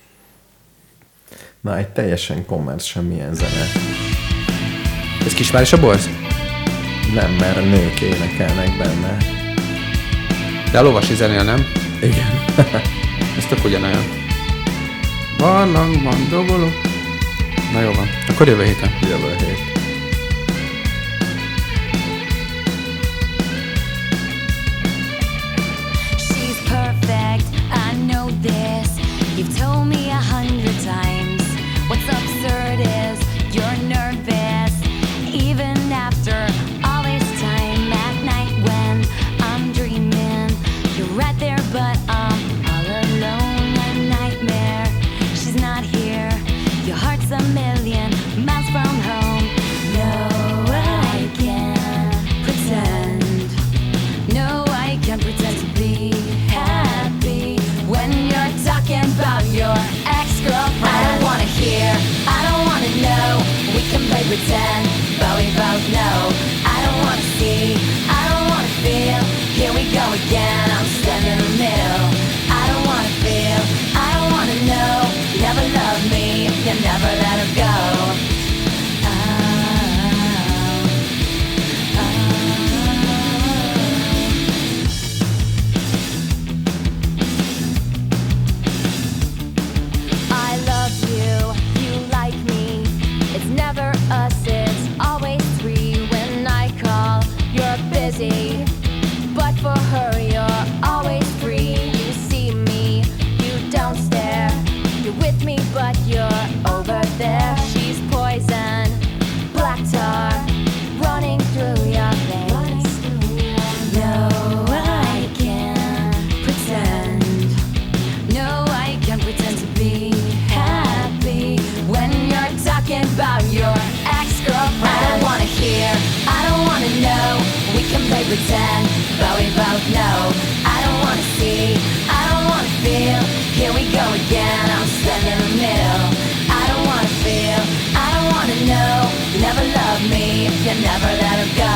Na, egy teljesen kommersz semmilyen zene. Ez Kisvár és a Borz? Nem, mert a nők énekelnek benne. De a lovasi zenél nem? Igen. Ez tök ugyanolyan. Van, doboló. Na jó van. Akkor jövő héten. Jövő hét. She's perfect, I know this. You've told me 100 times. What's absurd is you're nervous. Even after all this time at night when I'm dreaming, you're right there, but I'm all alone. A nightmare. She's not here. Your heart's a million miles from home. No, I can't pretend. No, I can't pretend to be happy when you're talking about your ex-girlfriend. I don't wanna hear, I don't wanna know. We can play pretend, but we both know. I don't wanna see, I don't wanna feel. Here we go again, I'm standing in the middle. I don't wanna feel, I don't wanna know. Never love me, you never let her go. I love you, you like me. It's never us, it's always three. When I call, you're busy. But for her, you're always free. You see me, you don't stare. You're with me, but you're over there. She's poison, black tar, running through your veins. No, I can't pretend. No, I can't pretend to be happy when you're talking about your ex-girlfriend. I don't wanna hear, I don't wanna know. We can play pretend, but we both know. I don't wanna see, I don't wanna feel. Here we go again, I'm standing in the middle. I don't wanna feel, I don't wanna know. You never loved me, you never let her go.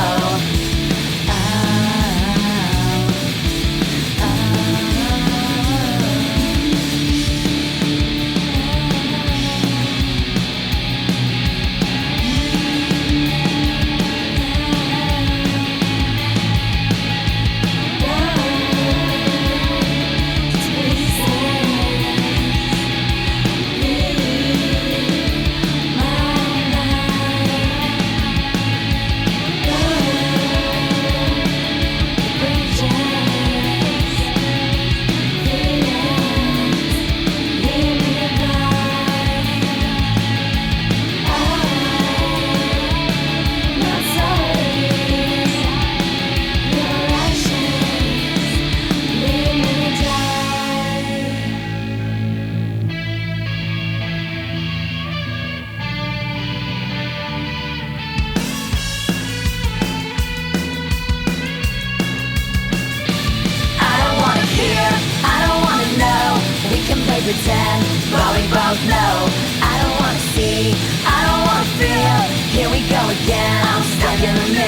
Pretend, but we both know. I don't wanna see, I don't wanna feel. Here we go again, I'm stuck in the middle.